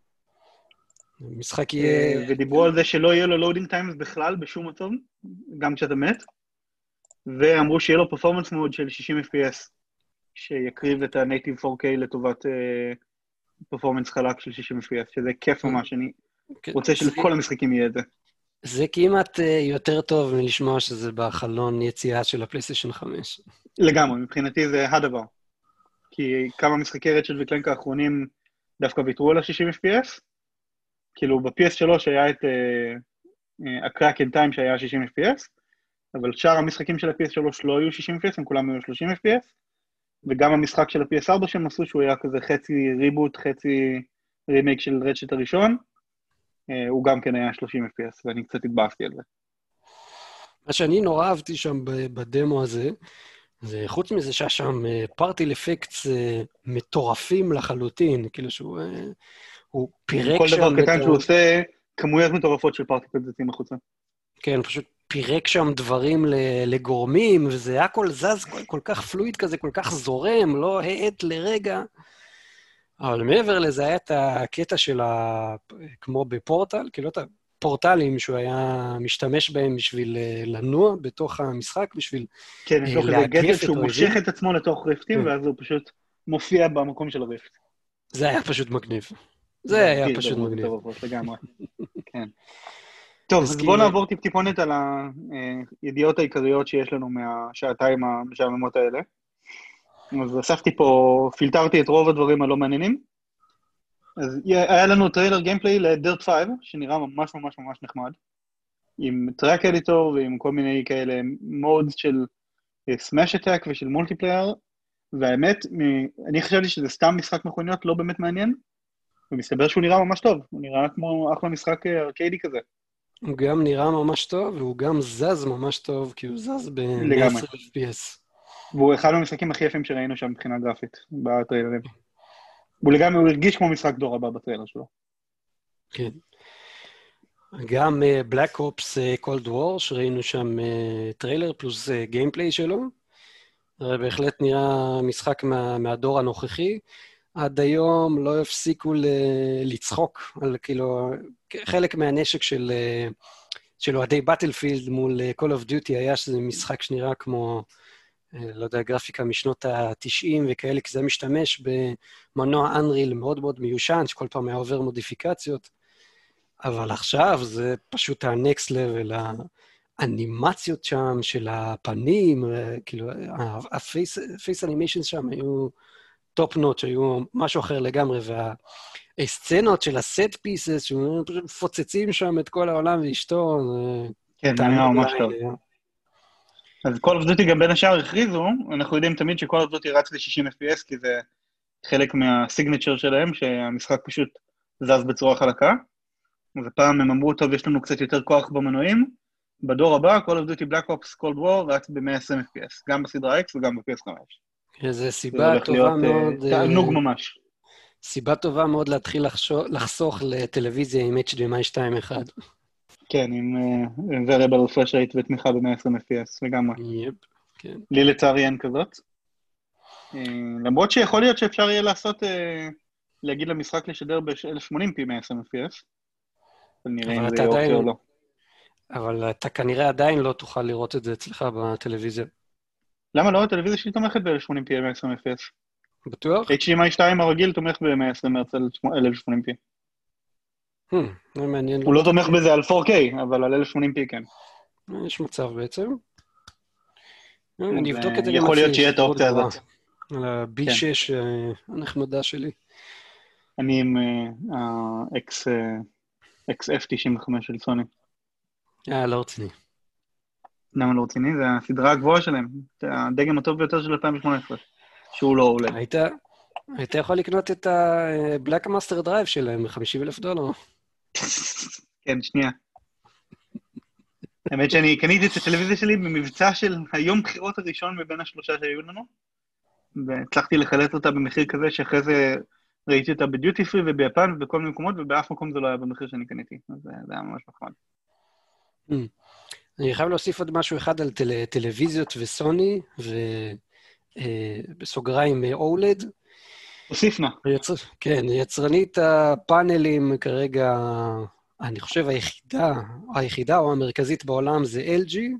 משחק יהיה... ודיברו על זה שלא יהיה לו לואודינג טיימס בכלל בשום מצב, גם כשאתה מת, ואמרו שיהיה לו פרפורמנס מוד של שישים אף פי אס, שיקריב את ה-Native פור קיי לטובת פרפורמנס חלק של שישים אף פי אס, שזה כיף ממש, אני רוצה שלכל המשחקים יהיה את זה. זה כמעט יותר טוב מלשמוע שזה בחלון יציאה של הפלייסטיישן חמש. לגמרי, מבחינתי זה הדבר. כי כמה משחקי רצ'ט וקלנק האחרונים דווקא ויתרו על ה-שישים אף פי אס, כאילו ב-פי אס שלוש היה את ה-Crack in Time שהיה שישים אף פי אס, אבל שאר המשחקים של ה-פי אס שלוש לא היו שישים אף פי אס, הם כולם היו שלושים אף פי אס, וגם המשחק של ה-פי אס ארבע שהם עשו, שהוא היה כזה חצי ריבוט, חצי רימייק של רצ'ט הראשון, הוא גם כן היה שלושים אף פי אס, ואני קצת התבאסתי על זה. מה שאני נורא אהבתי שם בדמו הזה, זה חוץ מזה שהיה שם פארטיל אפקטס מטורפים לחלוטין, כאילו שהוא פירק שם... כל דבר קטן שהוא עושה, כמויות מטורפות של פארטיל אפקטס יוצאים החוצה. כן, פשוט פירק שם דברים לגורמים, וזה הכל זז כל כך פלואיד כזה, כל כך זורם, לא העט לרגע. אבל מעבר לזה היה את הקטע של ה... כמו בפורטל, כאילו את הפורטלים שהוא היה משתמש בהם בשביל לנוע בתוך המשחק, בשביל כן, יש לו כזה גדל שהוא מושך את עצמו לתוך ריפטים, ואז הוא פשוט מופיע במקום של הריפט. זה היה פשוט מגניב. זה היה פשוט מגניב. לגמרי, כן. טוב, אז בואו נעבור טיפונת על הידיעות העיקריות שיש לנו מהשעתיים המשעממות האלה. אז אספתי פה, פילטרתי את רוב הדברים הלא מעניינים. אז היה לנו טריילר גיימפליי לדירט פייב, שנראה ממש ממש ממש נחמד, עם טרק אדיטור ועם כל מיני כאלה מודס של סמאש אטאק ושל מולטיפלייר, והאמת, אני חשבתי שזה סתם משחק מכוניות לא באמת מעניין, ומסתבר שהוא נראה ממש טוב, הוא נראה כמו אחלה משחק ארקיידי כזה. הוא גם נראה ממש טוב, והוא גם זז ממש טוב, כי הוא זז ב-עשרים אף פי אס. והוא אחד המשחקים הכי יפים שראינו שם מבחינה גרפית, בטריילרים. הוא לגמרי, הוא הרגיש כמו משחק דור הבא בטריילר שלו. כן. גם בלק אופס קולד וור, שראינו שם uh, טריילר פלוס uh, גיימפליי שלו, בהחלט נראה משחק מה, מהדור הנוכחי. עד היום לא הפסיקו ל, לצחוק על כאילו, חלק מהנשק של, של אוהדי בטלפילד מול Call of Duty היה שזה משחק שנראה כמו, לא יודע, גרפיקה משנות ה-תשעים וכאלה, כי זה משתמש במנוע Unreal מאוד מאוד מיושן, שכל פעם היה עובר מודיפיקציות, אבל עכשיו זה פשוט ה-next level, האנימציות שם של הפנים, כאילו, ה-face animations שם היו טופ נוט, היו משהו אחר לגמרי, והסצנות של הסט פיסס, שמפוצצים שם את כל העולם ואשתו, כן, זה נראה ממש טוב. אז Call of Duty גם בין השאר הכריזו, אנחנו יודעים תמיד ש-Call of Duty רץ ל-שישים אף פי אס, כי זה חלק מהסיגנצ'ר שלהם, שהמשחק פשוט זז בצורה חלקה, אז הפעם הם אמרו, טוב, יש לנו קצת יותר כוח במנועים, בדור הבא, Call of Duty Black Ops Cold War רץ ב-מאה ועשרים אף פי אס, גם בסדרה X וגם ב-פי אס חמש. זו סיבה טובה מאוד... תענוג ממש. סיבה טובה מאוד להתחיל לחסוך לטלוויזיה עם אייץ' די אם איי שתיים נקודה אחת. כן, עם variable refresh rate ותמיכה ב-מאה ועשרים אף פי אס, לגמרי. יפ, כן. לי לצערי אין כזאת. למרות שיכול להיות שאפשר יהיה לעשות, להגיד למשחק לשדר ב-אלף ושמונים פי מאה ועשרים אף פי אס. נראה אם זה אופציה או לא. אבל אתה כנראה עדיין לא תוכל לראות את זה אצלך בטלוויזיה. למה לא? הטלוויזיה שלי תומכת ב-אלף ושמונים פי מאה ועשרים אף פי אס. בטוח? אייץ' די אם איי שתיים הרגיל תומך ב-מאה ועשרים הרץ על אלף ושמונים פי. זה מעניין. הוא לא תומך בזה על פור קיי, אבל על אלף ושמונים פי כן. יש מצב בעצם. אני אבדוק את זה. יכול להיות שיהיה את האופציה הזאת. על ה-בי שש הנחמדה שלי. אני עם ה-אקס אף תשעים וחמש של סוני. אה, לא רציני. למה לא רציני? זה הסדרה הגבוהה שלהם. זה הדגם הטוב ביותר של אלפיים ושמונה עשרה. שהוא לא עולה. היית, היית יכול לקנות את ה-Black Master Drive שלהם ב-חמישים אלף דולר. כן, שנייה. האמת שאני קניתי את הטלוויזיה שלי במבצע של היום בחירות הראשון מבין השלושה שהיו לנו, והצלחתי לחלט אותה במחיר כזה שאחרי זה ראיתי אותה בדיוטי פרי וביפן ובכל מיני מקומות, ובאף מקום זה לא היה במחיר שאני קניתי. אז זה היה ממש נחמד. אני חייב להוסיף עוד משהו אחד על טלוויזיות וסוני, ו... בסוגריים אולד. הוסיף נא. כן, יצרנית הפאנלים כרגע, אני חושב היחידה, היחידה או המרכזית בעולם זה אל ג'י.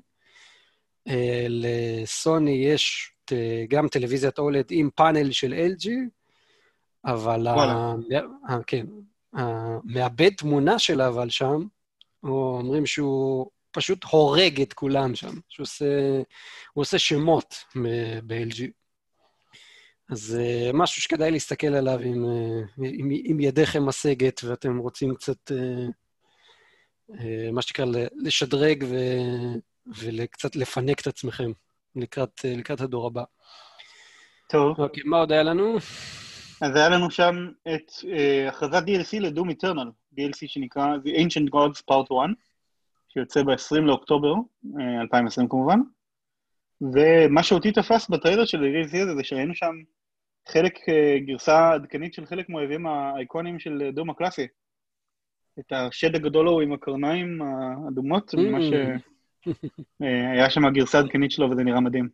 לסוני יש גם טלוויזיית אולד עם פאנל של אל ג'י, אבל כן, המעבד תמונה שלה אבל שם, אומרים שהוא פשוט הורג את כולם שם, שהוא עושה, הוא עושה שמות ב-אל ג'י. אז uh, משהו שכדאי להסתכל עליו עם, uh, עם, עם ידיכם משגת, ואתם רוצים קצת, uh, uh, מה שנקרא, לשדרג ו, וקצת לפנק את עצמכם לקראת, uh, לקראת הדור הבא. טוב. אוקיי, מה עוד היה לנו? אז היה לנו שם את uh, הכרזת די אל סי לדום איטרנל, די אל סי שנקרא The Ancient Gods Part אחת, שיוצא ב-עשרים לאוקטובר, אלפיים ועשרים כמובן, ומה שאותי תפס בטריילר של די אל סי הזה, זה שראינו שם חלק, גרסה עדכנית של חלק מהאויבים האיקונים של דום הקלאסי. את השד הגדול הוא עם הקרניים האדומות, ממש היה שם הגרסה עדכנית שלו, וזה נראה מדהים.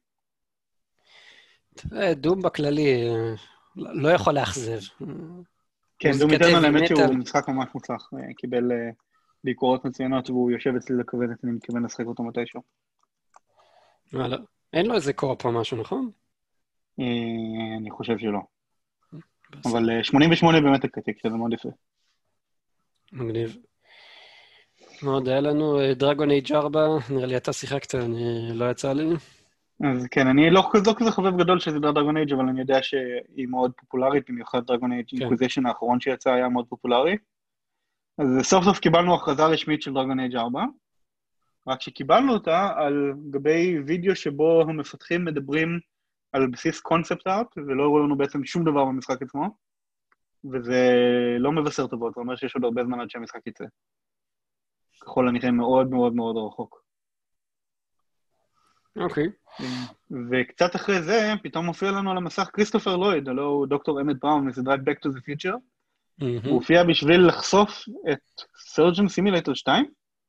דום בכללי לא יכול לאכזב. כן, דום איטרנל האמת שהוא משחק ממש מוצלח, קיבל ביקורות מצוינות, והוא יושב אצלי לכוונת, אני מתכוון לשחק אותו מתישהו. אין לו איזה קורפ או משהו, נכון? אני חושב שלא. אבל שמונים ושמונה באמת הקטיק, שזה מאוד יפה. מגניב. מאוד, היה לנו דרגון אייג' ארבע, נראה לי אתה שיחקת, אני לא יצא לי. אז כן, אני לא כזה כזה חובב גדול של סדרת דרגון אייג', אבל אני יודע שהיא מאוד פופולרית, במיוחד דרגון אייג' אינקוויזישן האחרון שיצא היה מאוד פופולרי. אז סוף סוף קיבלנו הכרזה רשמית של דרגון אייג' ארבע, רק שקיבלנו אותה על גבי וידאו שבו המפתחים מדברים על בסיס קונספט ארט, ולא הראו לנו בעצם שום דבר במשחק עצמו, וזה לא מבשר טובות, זה אומר שיש עוד הרבה זמן עד שהמשחק יצא. ככל הנראה מאוד מאוד מאוד רחוק. אוקיי. וקצת אחרי זה, פתאום מופיע לנו על המסך כריסטופר לויד, הלוא הוא דוקטור אמט בראון מסדרת Back to the Future, הוא הופיע בשביל לחשוף את Surgeon Simulator שתיים.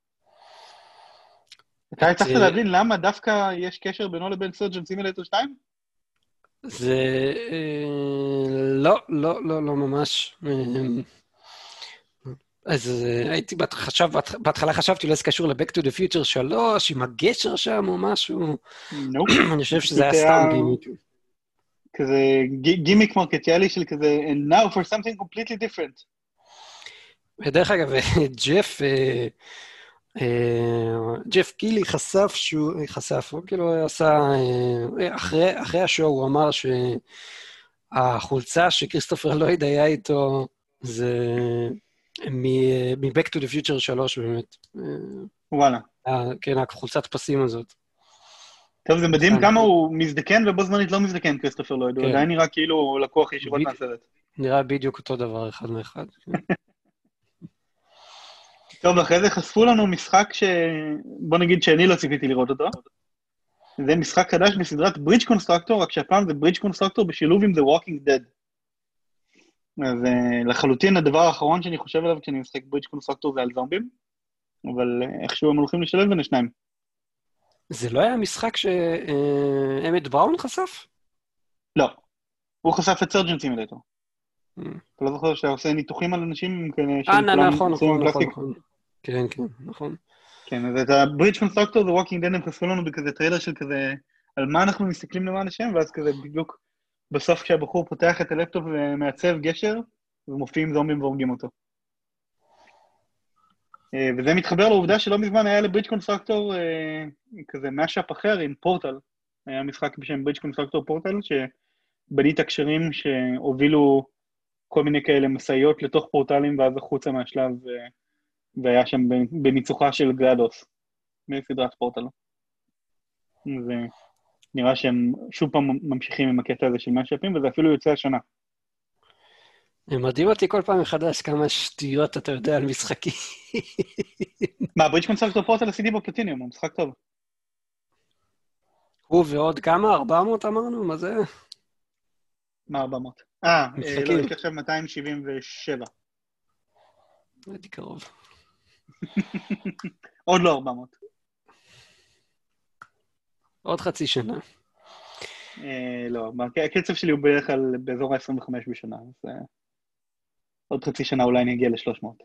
אתה הצלחת להבין למה דווקא יש קשר בינו לבין Surgeon Simulator שתיים? זה... לא, לא, לא, לא ממש. אז הייתי חשב, בהתחלה חשבתי, אולי זה קשור ל-Back to the Future שלוש, עם הגשר שם או משהו. אני חושב שזה היה סתם גימיק. כזה גימיק מרקטיאלי של כזה, and now for something completely different. ודרך אגב, ג'ף, ג'ף קילי חשף שהוא, חשף, הוא כאילו עשה, אחרי, אחרי השואו הוא אמר שהחולצה שכריסטופר לויד היה איתו, זה מ-Back to the Future שלוש באמת. וואלה. כן, החולצת פסים הזאת. טוב, זה מדהים כמה הוא מזדקן ובו זמנית לא מזדקן, כריסטופר לויד, הוא עדיין נראה כאילו לקוח ישירות מהסרט. נראה בדיוק אותו דבר, אחד מאחד. טוב, אחרי זה חשפו לנו משחק ש... בוא נגיד שאני לא ציפיתי לראות אותו. זה משחק חדש בסדרת ברידג' קונסטרקטור, רק שהפעם זה ברידג' קונסטרקטור בשילוב עם The Walking Dead. אז לחלוטין הדבר האחרון שאני חושב עליו כשאני משחק ברידג' קונסטרקטור זה על זומבים, אבל איכשהו הם הולכים לשלב בין השניים. זה לא היה משחק שאמט בראון חשף? לא. הוא חשף את סרג'נט סימולטור. אתה לא זוכר שאתה עושה ניתוחים על אנשים כאלה... אה, נכון, נכון, נכון. כן, כן, נכון. כן, אז את ה-Bridge Constructor, The Walking Dead, הם חשפו לנו בכזה טריילר של כזה, על מה אנחנו מסתכלים למען השם, ואז כזה בדיוק בסוף כשהבחור פותח את הלפטופ ומעצב גשר, ומופיעים זומבים והורגים אותו. וזה מתחבר לעובדה שלא מזמן היה ל-Bridge Constructor כזה משאפ אחר עם פורטל. היה משחק בשם Bridge Constructor פורטל, שבנית הקשרים שהובילו כל מיני כאלה מסעיות לתוך פורטלים, ואז החוצה מהשלב, והיה שם בניצוחה של גלדוס, מסדרת פורטל. ונראה שהם שוב פעם ממשיכים עם הקטע הזה של משאפים, וזה אפילו יוצא השנה. מדהים אותי כל פעם מחדש כמה שטויות אתה יודע על משחקים. מה, ברידג' קונסטרקטור פורטל עשיתי בו פלטיניום, הוא משחק טוב. הוא ועוד כמה? ארבע מאות אמרנו? מה זה? מה ארבע מאות? אה, לא, יש לי עכשיו מאתיים שבעים ושבע. הייתי קרוב. עוד לא ארבע מאות. עוד חצי שנה. לא, הקצב שלי הוא בערך באזור ה-עשרים וחמש בשנה, אז עוד חצי שנה אולי אני אגיע ל-שלוש מאות.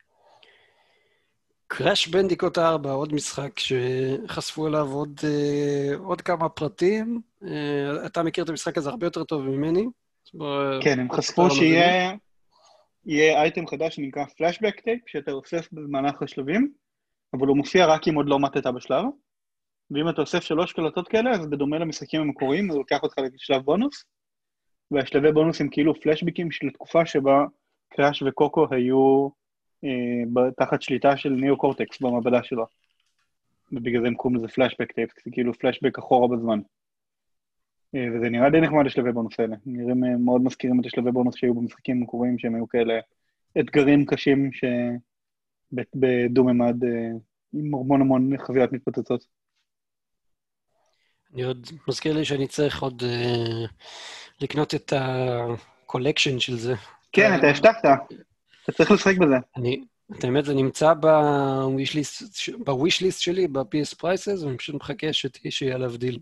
קראש בנדיקוט ארבע, עוד משחק שחשפו אליו עוד, עוד כמה פרטים. אתה מכיר את המשחק הזה הרבה יותר טוב ממני. כן, הם חשפו שיהיה יהיה אייטם חדש שנקרא פלashback tape, שאתה אוסף במהלך השלבים, אבל הוא מופיע רק אם עוד לא מתתה בשלב. ואם אתה אוסף שלוש קלטות כאלה, אז בדומה למשחקים המקוריים, אז הוא לוקח אותך לשלב בונוס, והשלבי בונוס הם כאילו פלשבקים של התקופה שבה קראש וקוקו היו אה, תחת שליטה של ניאו-קורטקס במעבדה שלו. ובגלל זה הם קוראים לזה פלשבק טייפ, זה כאילו פלשבק אחורה בזמן. אה, וזה נראה די נחמד השלבי בונוס האלה. נראים אה, מאוד מזכירים את השלבי בונוס שהיו במשחקים המקוריים, שהם היו כאלה אתגרים קשים שבדו-ממד אה, עם המון המון חוויות מתפוצצות. אני עוד מזכיר לי שאני צריך עוד uh, לקנות את הקולקשן של זה. כן, אתה הבטחת. אתה צריך לשחק בזה. אני, את האמת, זה נמצא בוויש ליסט שלי, ב-פי אס Prices, ואני פשוט מחכה שיהיה עליו דיל.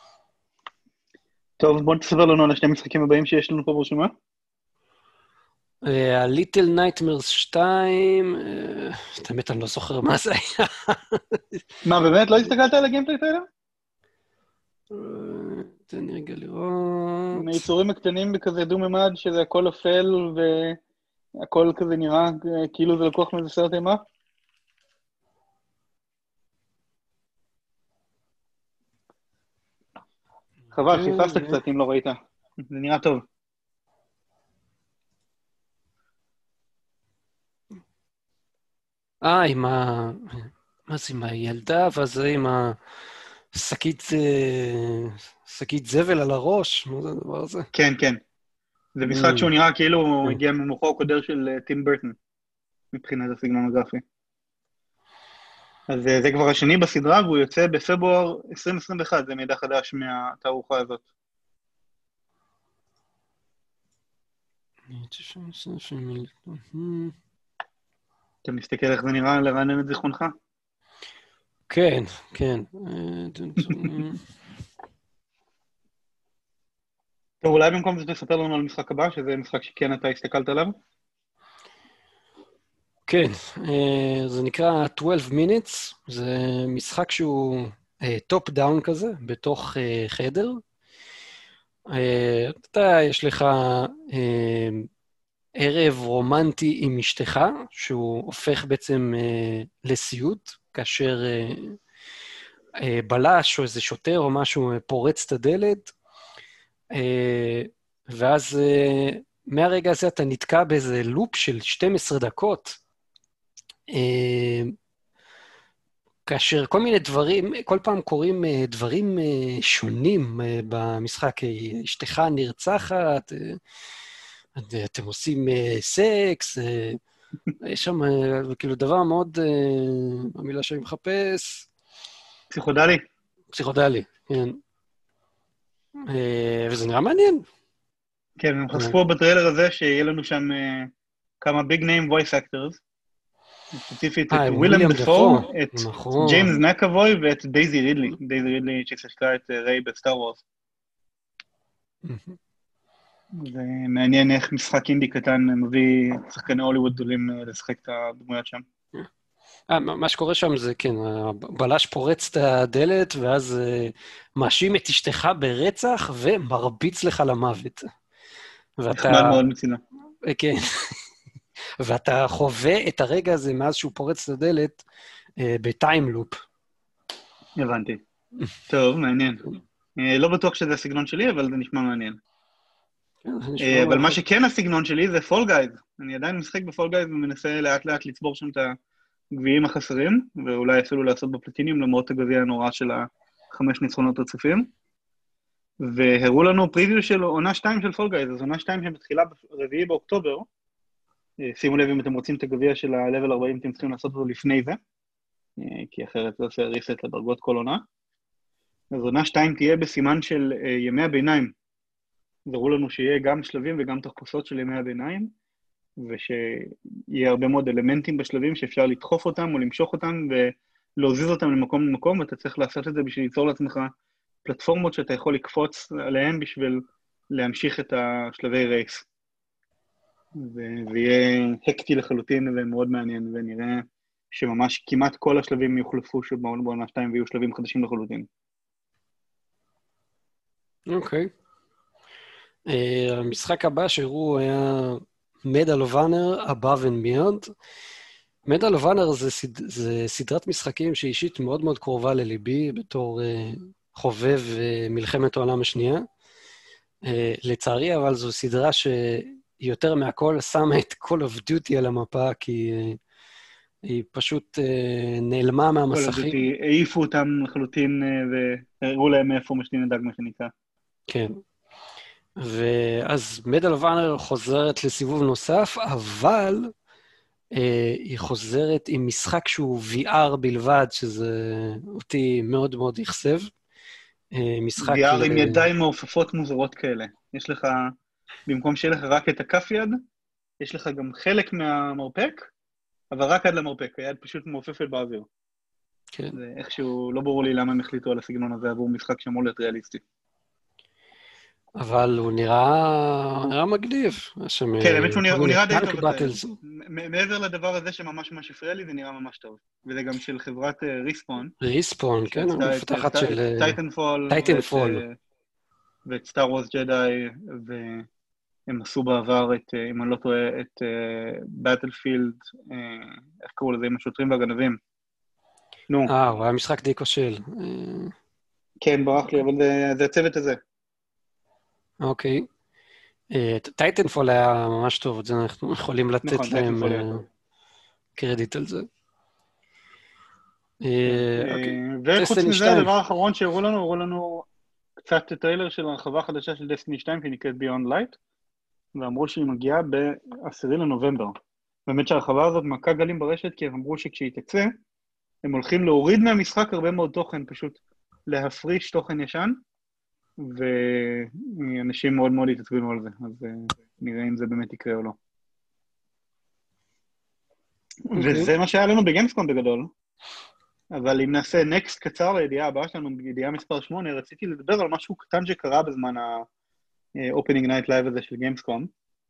טוב, בוא תסבר לנו על השני משחקים הבאים שיש לנו פה ברשימה. ה-Little Nightmares שתיים, את האמת, אני לא זוכר מה זה היה. מה, באמת? לא הסתכלת על הגיימפליי טריילר? תן לי רגע לראות. עם היצורים הקטנים בכזה דו-ממד, שזה הכל אפל והכל כזה נראה כאילו זה לקוח מאיזה סרט אימה? חבל, חיפשת קצת אם לא ראית. זה נראה טוב. אה, עם ה... מה זה, עם הילדה, ואז זה עם ה... שקית, שקית זבל על הראש, מה זה הדבר הזה? כן, כן. זה משחק שהוא נראה כאילו הוא הגיע ממוחו הקודר של טים ברטון, מבחינת הסגנון הגרפי. אז זה כבר השני בסדרה, והוא יוצא בפברואר עשרים עשרים ואחת, זה מידע חדש מהתערוכה הזאת. אתה מסתכל איך זה נראה לרענן את זיכרונך? כן, כן. טוב, אולי במקום זה תספר לנו על המשחק הבא, שזה משחק שכן אתה הסתכלת עליו? כן, זה נקרא twelve minutes, זה משחק שהוא טופ דאון כזה, בתוך חדר. אתה, יש לך ערב רומנטי עם אשתך, שהוא הופך בעצם לסיוט, כאשר בלש או איזה שוטר או משהו פורץ את הדלת, ואז מהרגע הזה אתה נתקע באיזה לופ של שתים עשרה דקות, כאשר כל מיני דברים, כל פעם קורים דברים שונים במשחק, אשתך נרצחת, אתם עושים סקס, יש שם כאילו דבר מאוד, המילה שאני מחפש, פסיכודלי. פסיכודלי, כן. וזה נראה מעניין. כן, הם חשפו בטריילר הזה שיהיה לנו שם כמה ביג ניים וויס אקטורס, ספציפית את ווילם דפו, את ג'יימס מקאבוי ואת דייזי רידלי. דייזי רידלי ששיחקה את ריי בסטאר וורס. זה מעניין איך משחק אינדי קטן מביא שחקני הוליווד גדולים לשחק את הדמויות שם. מה שקורה שם זה, כן, הבלש פורץ את הדלת, ואז מאשים את אשתך ברצח, ומרביץ לך למוות. נחמד מאוד מצילה. כן. ואתה חווה את הרגע הזה מאז שהוא פורץ את הדלת בטיימלופ. הבנתי. טוב, מעניין. לא בטוח שזה הסגנון שלי, אבל זה נשמע מעניין. אבל מה שכן הסגנון שלי זה פול גייז. אני עדיין משחק בפול גייז ומנסה לאט לאט לצבור שם את הגביעים החסרים, ואולי אפילו לעשות בפלטיניום, למרות הגביע הנורא של החמש ניצחונות רצופים. והראו לנו פריוויו של עונה שתיים של פול גייז, אז עונה שתיים שמתחילה ברביעי באוקטובר, שימו לב אם אתם רוצים את הגביע של ה-level ארבעים, אתם צריכים לעשות אותו לפני זה, כי אחרת זה עושה ריסט לדרגות כל עונה. אז עונה שתיים תהיה בסימן של ימי הביניים. זרו לנו שיהיה גם שלבים וגם תחפושות של ימי הביניים, ושיהיה הרבה מאוד אלמנטים בשלבים שאפשר לדחוף אותם או למשוך אותם ולהוזיז אותם למקום למקום, ואתה צריך לעשות את זה בשביל ליצור לעצמך פלטפורמות שאתה יכול לקפוץ עליהן בשביל להמשיך את השלבי רייס. וזה יהיה הקטי לחלוטין ומאוד מעניין, ונראה שממש כמעט כל השלבים יוחלפו שבעונה שתיים ויהיו שלבים חדשים לחלוטין. אוקיי. המשחק הבא שהראו היה Medal of Honor Above and Beyond. Medal of Honor זה, סד... זה סדרת משחקים שאישית מאוד מאוד קרובה לליבי, בתור uh, חובב uh, מלחמת העולם השנייה. Uh, לצערי, אבל זו סדרה שיותר מהכל שמה את Call of Duty על המפה, כי uh, היא פשוט uh, נעלמה מהמסכים. Call of Duty העיפו אותם לחלוטין uh, והראו להם מאיפה משתין הדג, מה שנקרא. כן. ואז Medal of Honor חוזרת לסיבוב נוסף, אבל אה, היא חוזרת עם משחק שהוא וי אר בלבד, שזה אותי מאוד מאוד יחסב. אה, משחק... וי אר ל... עם ידיים מעופפות מוזרות כאלה. יש לך, במקום שיהיה לך רק את הכף יד, יש לך גם חלק מהמרפק, אבל רק עד למרפק, היד פשוט מעופפת באוויר. כן. זה איכשהו, לא ברור לי למה הם החליטו על הסגנון הזה עבור משחק שאמור להיות ריאליסטי. אבל הוא נראה, נראה מגניב. כן, האמת שהוא נראה, הוא נראה די טוב. מעבר לדבר הזה שממש ממש הפריע לי, זה נראה ממש טוב. וזה גם של חברת ריספון. ריספון, כן, המפתחת של... טייטנפול. טייטנפול. ואת סטאר וורס ג'די, והם עשו בעבר את, אם אני לא טועה, את באטלפילד, איך קראו לזה, עם השוטרים והגנבים. נו. אה, הוא היה משחק די כושל. כן, ברח לי, אבל זה הצוות הזה. אוקיי. טייטנפול היה ממש טוב, את זה אנחנו יכולים לתת להם קרדיט על זה. וחוץ מזה, הדבר האחרון שהראו לנו, הראו לנו קצת טריילר של הרחבה חדשה של דסטיני שתיים, שנקראת Beyond Light, ואמרו שהיא מגיעה בעשירי לנובמבר. באמת שהרחבה הזאת מכה גלים ברשת, כי הם אמרו שכשהיא תצא, הם הולכים להוריד מהמשחק הרבה מאוד תוכן, פשוט להפריש תוכן ישן, ואנשים מאוד מאוד יתעצבנו על זה, אז נראה אם זה באמת יקרה או לא. Okay. וזה מה שהיה לנו בגיימסקום בגדול, אבל אם נעשה נקסט קצר לידיעה הבאה שלנו, בידיעה מספר שמונה, רציתי לדבר על משהו קטן שקרה בזמן ה-Opening Night Live הזה של גיימסקום,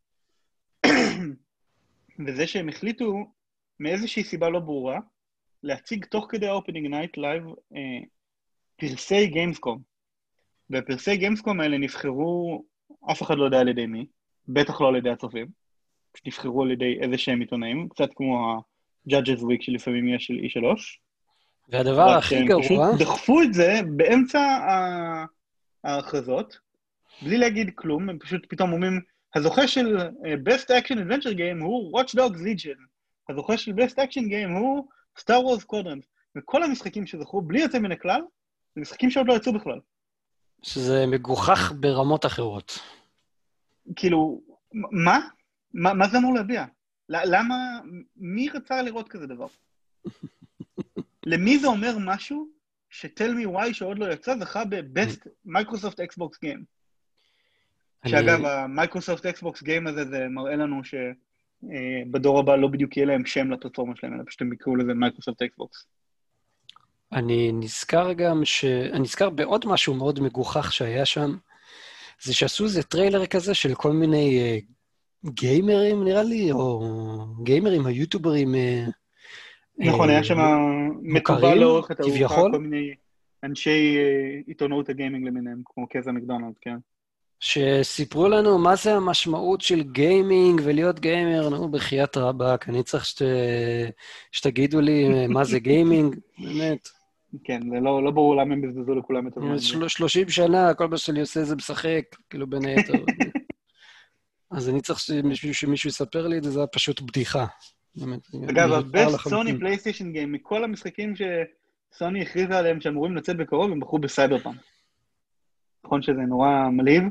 וזה שהם החליטו, מאיזושהי סיבה לא ברורה, להציג תוך כדי ה-Opening Night Live אה, פרסי גיימסקום. והפרסי גיימסקום האלה נבחרו, אף אחד לא יודע על ידי מי, בטח לא על ידי הצופים, נבחרו על ידי איזה שהם עיתונאים, קצת כמו ה-Judges Week שלפעמים יש של אי שלוש. והדבר הכי גרוע... פשוט דחפו את זה באמצע ההכרזות, בלי להגיד כלום, הם פשוט פתאום אומרים, הזוכה של Best Action Adventure Game הוא Watch Dogs Legion, הזוכה של Best Action Game הוא Star Wars Squadrons, וכל המשחקים שזכו, בלי יוצא מן הכלל, זה משחקים שעוד לא יצאו בכלל. שזה מגוחך ברמות אחרות. כאילו, מה? מה, מה זה אמור להביע? למה, מי רצה לראות כזה דבר? למי זה אומר משהו ש-Tell me why שעוד לא יצא, זכה ב-Best Microsoft Xbox Game. שאגב, ה-Microsoft Xbox Game הזה, זה מראה לנו שבדור הבא לא בדיוק יהיה להם שם לפלטפורמה שלהם, אלא פשוט הם יקראו לזה Microsoft Xbox. אני נזכר גם ש... אני נזכר בעוד משהו מאוד מגוחך שהיה שם, זה שעשו איזה טריילר כזה של כל מיני uh, גיימרים, נראה לי, או גיימרים, היוטיוברים... Uh, נכון, uh, היה שם מטובל לאורך את הארוחה, כל מיני אנשי uh, עיתונות הגיימינג למיניהם, כמו קזה מקדונלד, כן. שסיפרו לנו מה זה המשמעות של גיימינג ולהיות גיימר, נו, בחיית רבק, אני צריך שת... שתגידו לי מה זה גיימינג, באמת. כן, זה לא, לא ברור למה הם בזבזו לכולם את הזמן. של... שלושים שנה, כל מה שאני עושה זה משחק, כאילו בין היתר. אז אני צריך שמישהו, שמישהו יספר לי את זה, זה היה פשוט בדיחה. אגב, ה-Best Sony PlayStation Game, מכל המשחקים שסוני הכריזה עליהם שאמורים לצאת בקרוב, הם בחרו בסייברפאנק. נכון שזה נורא מלהיב?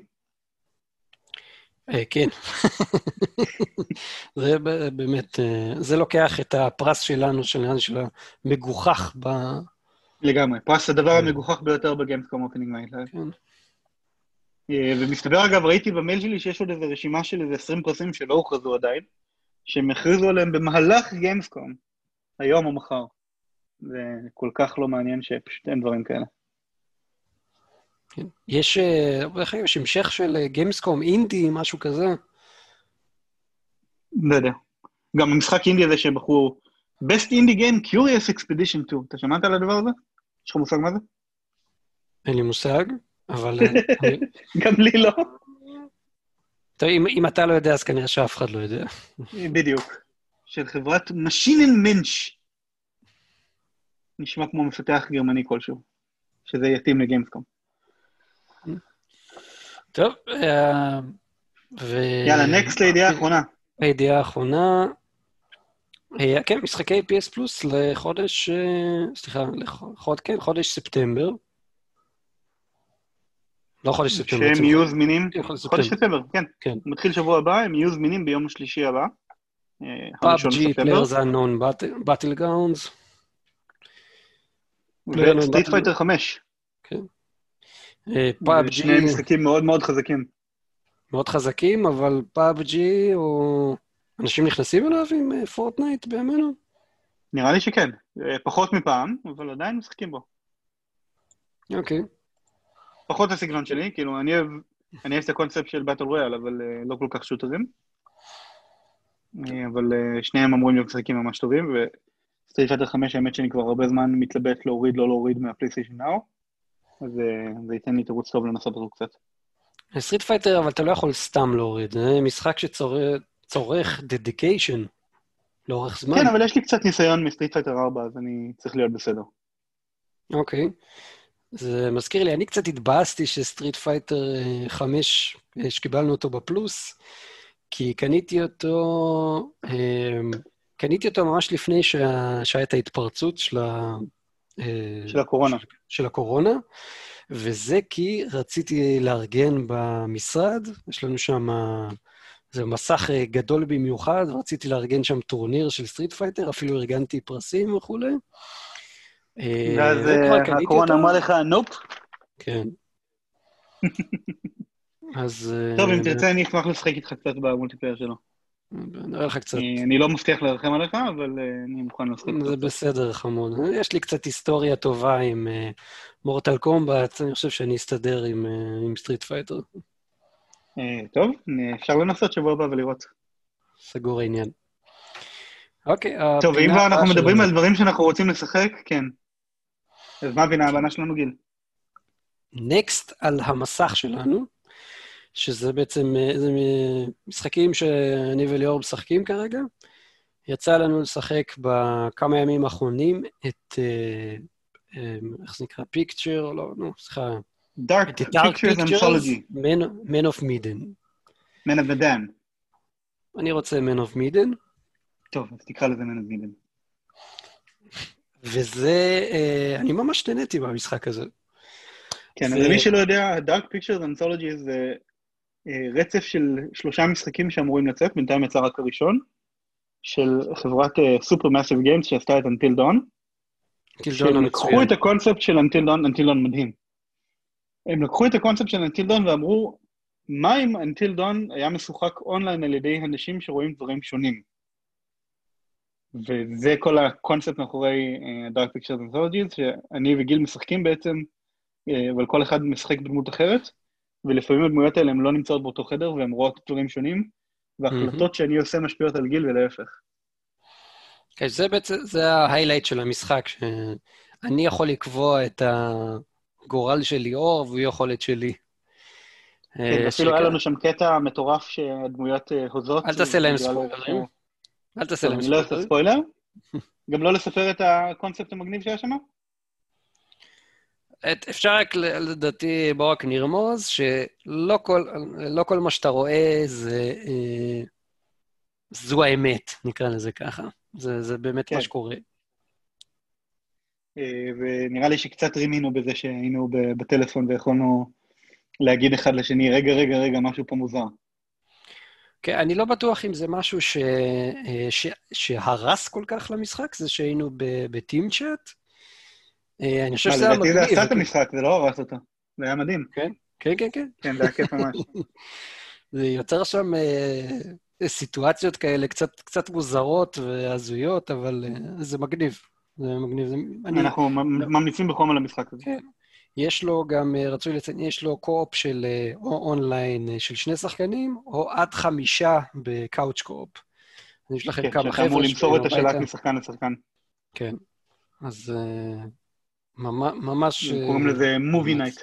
כן. זה באמת, זה לוקח את הפרס שלנו, של המגוחך ב... לגמרי, פרס הדבר המגוחך ביותר בגיימסקום אופנינג נייט. ומסתבר אגב, ראיתי במייל שלי שיש עוד איזו רשימה של איזה עשרים פרסים שלא הוכרזו עדיין, שהם הכריזו עליהם במהלך גיימסקום, היום או מחר. זה כל כך לא מעניין שפשוט אין דברים כאלה. יש, יש המשך של גיימסקום אינדי, משהו כזה? לא יודע. גם המשחק אינדי הזה שהם בחרו, Best Indie Game Curious Expedition שתיים. אתה שמעת על הדבר הזה? יש לך מושג מה זה? אין לי מושג, אבל... גם לי לא. טוב, אם, אם אתה לא יודע, אז כנראה שאף אחד לא יודע. בדיוק. של חברת Machine and Mensch. נשמע כמו מפתח גרמני כלשהו. שזה יתאים לגיימסקום. טוב, ו... יאללה, נקסט לידיעה האחרונה. לידיעה האחרונה, כן, משחקי פי אס פלוס לחודש, סליחה, לחוד, כן, חודש ספטמבר. לא חודש ספטמבר. שהם יהיו זמינים, חודש ספטמבר, כן. מתחיל שבוע הבא, הם יהיו זמינים ביום השלישי הבא. פאב-ג'י, Players Unknown Battlegrounds. וסטריט פייטר חמש. כן. פאב-ג'י... שני משחקים מאוד מאוד חזקים. מאוד חזקים, אבל פאב-ג'י או... אנשים נכנסים אליו עם פורטנייט בימינו? נראה לי שכן. פחות מפעם, אבל עדיין משחקים בו. אוקיי. פחות הסגנון שלי, כאילו אני אוהב, אני אוהב את הקונספט של באטל רויאל, אבל לא כל כך שוטרים. אבל שניהם אמורים להיות משחקים ממש טובים, וסטריט פייטר חמש, האמת שאני כבר הרבה זמן מתלבט להוריד, לא להוריד מהפלייסטיישן נאו, אז זה ייתן לי תירוץ טוב לנסות אותו קצת. סטריט פייטר, אבל אתה לא יכול סתם להוריד, זה משחק שצורך דדיקיישן לאורך זמן. כן, אבל יש לי קצת ניסיון מסטריט פייטר ארבע, אז אני צריך להיות בסדר. אוקיי. זה מזכיר לי, אני קצת התבאסתי שסטריט פייטר חמש, שקיבלנו אותו בפלוס, כי קניתי אותו, קניתי אותו ממש לפני שהייתה ההתפרצות של ה... של הקורונה. של, של הקורונה, וזה כי רציתי לארגן במשרד, יש לנו שם, זה מסך גדול במיוחד, ורציתי לארגן שם טורניר של סטריט פייטר, אפילו ארגנתי פרסים וכו'. ואז וכבר קניתי הקורונה אותו. אמרה לך, נופ. כן. אז טוב, אם תרצה, אני אשמח לשחק איתך קצת במולטיפלייר שלו. נראה לך קצת. אני לא מבטיח לרחם עליך, אבל אני מוכן לשחק איתך זה קצת. בסדר, חמוד. יש לי קצת היסטוריה טובה עם מורטל קומבט, אני חושב שאני אסתדר עם סטריט פייטר. טוב, אפשר לנסות שבוע הבא ולראות. סגור העניין. אוקיי, טוב, ואם הפינה כבר הבאה אנחנו מדברים שלנו. על דברים שאנחנו רוצים לשחק, כן. אז מה הפינה הבאה שלנו, גיל? נקסט על המסך שלנו, שזה בעצם זה משחקים שאני וליאור משחקים כרגע. יצא לנו לשחק בכמה ימים האחרונים את, איך זה נקרא? פיקצ'ר, לא, נו, סליחה. Dark את Dark Pictures Pictures, Anthology. Man, Man of Medan. Man of Medan. אני רוצה Man of Medan. טוב, אז תקרא לזה Man of Medan. וזה, אני ממש נהניתי במשחק הזה. כן, ו... אז למי שלא יודע, Dark Pictures Anthology זה רצף של שלושה משחקים שאמורים לצאת, בינתיים יצא רק הראשון, של חברת Supermassive Games שעשתה את Until Dawn, שהם לקחו את הקונספט של Until Dawn, Until Dawn מדהים. הם לקחו את הקונספט של Until Dawn ואמרו, מה אם Until Dawn היה משוחק אונליין על ידי אנשים שרואים דברים שונים? וזה כל הקונספט מאחורי uh, Dark Pictures Anthologies, שאני וגיל משחקים בעצם, uh, אבל כל אחד משחק בדמות אחרת, ולפעמים הדמויות האלה הן לא נמצאות באותו חדר, והן רואות דברים שונים, וההחלטות שאני עושה משפיעות על גיל ולהפך. כן, זה בעצם, זה ההיילייט של המשחק, שאני יכול לקבוע את הגורל של ליאור, והוא יכול את שלי. כן, אפילו היה לנו שם קטע מטורף שהדמויות הוזות. אל תעשה להם ספוילרים. אל תעשה להם ספוילרים. אני לא אעשה ספוילר. גם לא לספר את הקונספט המגניב שהיה שם? אפשר רק, לדעתי, בוא רק נרמוז, שלא כל, לא כל מה שאתה רואה זה, זו האמת, נקרא לזה ככה. זה, זה באמת כן. מה שקורה. ונראה לי שקצת רימינו בזה שהיינו בטלפון ויכולנו להגיד אחד לשני, רגע, רגע, רגע, משהו פה מוזר. כן, אני לא בטוח אם זה משהו ש... ש... שהרס כל כך למשחק, זה שהיינו בטים צ'אט. אני חושב שזה היה מגניב. לדעתי זה עשה את המשחק, זה לא הרס אותו. זה היה מדהים. כן, כן, כן, כן. כן, זה היה כיף ממש. זה יוצר שם סיטואציות כאלה קצת, קצת מוזרות והזויות, אבל זה מגניב. זה מגניב. אנחנו ממליצים בחום על המשחק הזה. כן. יש לו גם, רצוי לציין, יש לו קו-אופ של או אונליין של שני שחקנים, או עד חמישה בקאוץ' קו-אופ. יש לכם כמה חבר'ה... שאתה אמור למסור את השלט משחקן לשחקן. כן. אז ממש... קוראים לזה מובי נייט.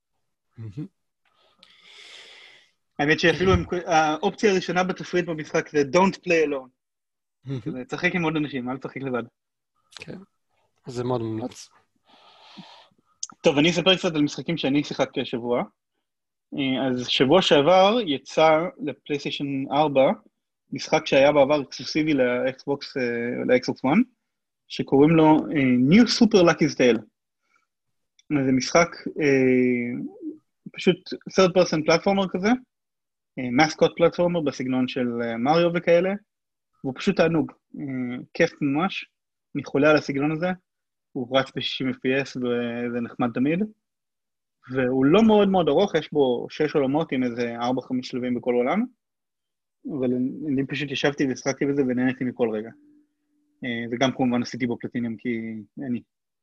האמת שאפילו האופציה הראשונה בתפריט במשחק זה Don't play alone. תשחק עם עוד אנשים, אל תשחק לבד. כן. זה מאוד מומלץ. טוב, אני אספר קצת על משחקים שאני שיחקתי השבוע. אז שבוע שעבר יצא לפלייסטיישן ארבע, משחק שהיה בעבר אקסקלוסיבי לאקסבוקס, לאקסבוקס אחת, שקוראים לו New Super Lucky's Tale. זה משחק פשוט third person platformer כזה, mascot platformer בסגנון של מריו וכאלה, והוא פשוט תענוג, כיף ממש, אני חולה על הסגנון הזה, הוא רץ ב-שישים אף פי אס וזה נחמד תמיד, והוא לא מאוד מאוד ארוך, יש בו שש עולמות עם איזה ארבע חמש שלבים בכל עולם, אבל אני פשוט ישבתי ושחקתי בזה ונהניתי מכל רגע. וגם כמובן עשיתי בו פלטינים כי אני.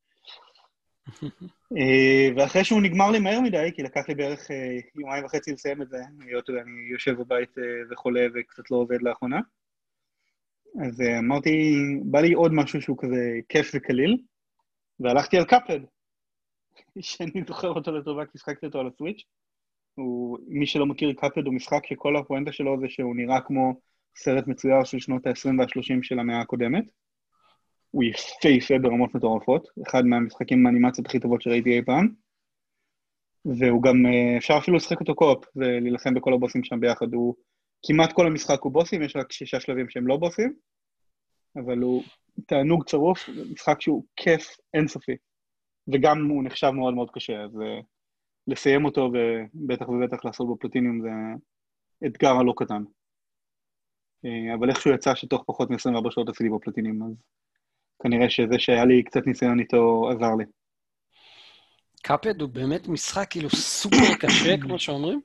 ואחרי שהוא נגמר לי מהר מדי, כי לקח לי בערך יומיים וחצי לסיים את זה, היות אני יושב בבית וחולה וקצת לא עובד לאחרונה, אז אמרתי, בא לי עוד משהו שהוא כזה כיף וקליל, והלכתי על קאפד, שאני זוכר אותו לטובה, כי שחקתי אותו על הסוויץ'. הוא, מי שלא מכיר, קאפד הוא משחק שכל הפואנטה שלו זה שהוא נראה כמו סרט מצויר של שנות ה-עשרים וה-שלושים של המאה הקודמת. הוא יפהפה ברמות מטורפות, אחד מהמשחקים עם האנימציות הכי טובות שראיתי אי פעם, והוא גם, אפשר אפילו לשחק אותו קו-אופ, ולהילחם בכל הבוסים שם ביחד. הוא, כמעט כל המשחק הוא בוסים, יש רק שישה שלבים שהם לא בוסים, אבל הוא תענוג צרוף, משחק שהוא כיף אינסופי, וגם הוא נחשב מאוד מאוד קשה, אז לסיים אותו ובטח ובטח לעשות בו פלטיניום זה אתגר הלא קטן. אבל איכשהו יצא שתוך פחות מ-עשרים וארבע שעות עשיתי בו פלטיניום, אז כנראה שזה שהיה לי קצת ניסיון איתו עזר לי. קאפד הוא באמת משחק כאילו סופר קשה, כמו שאומרים?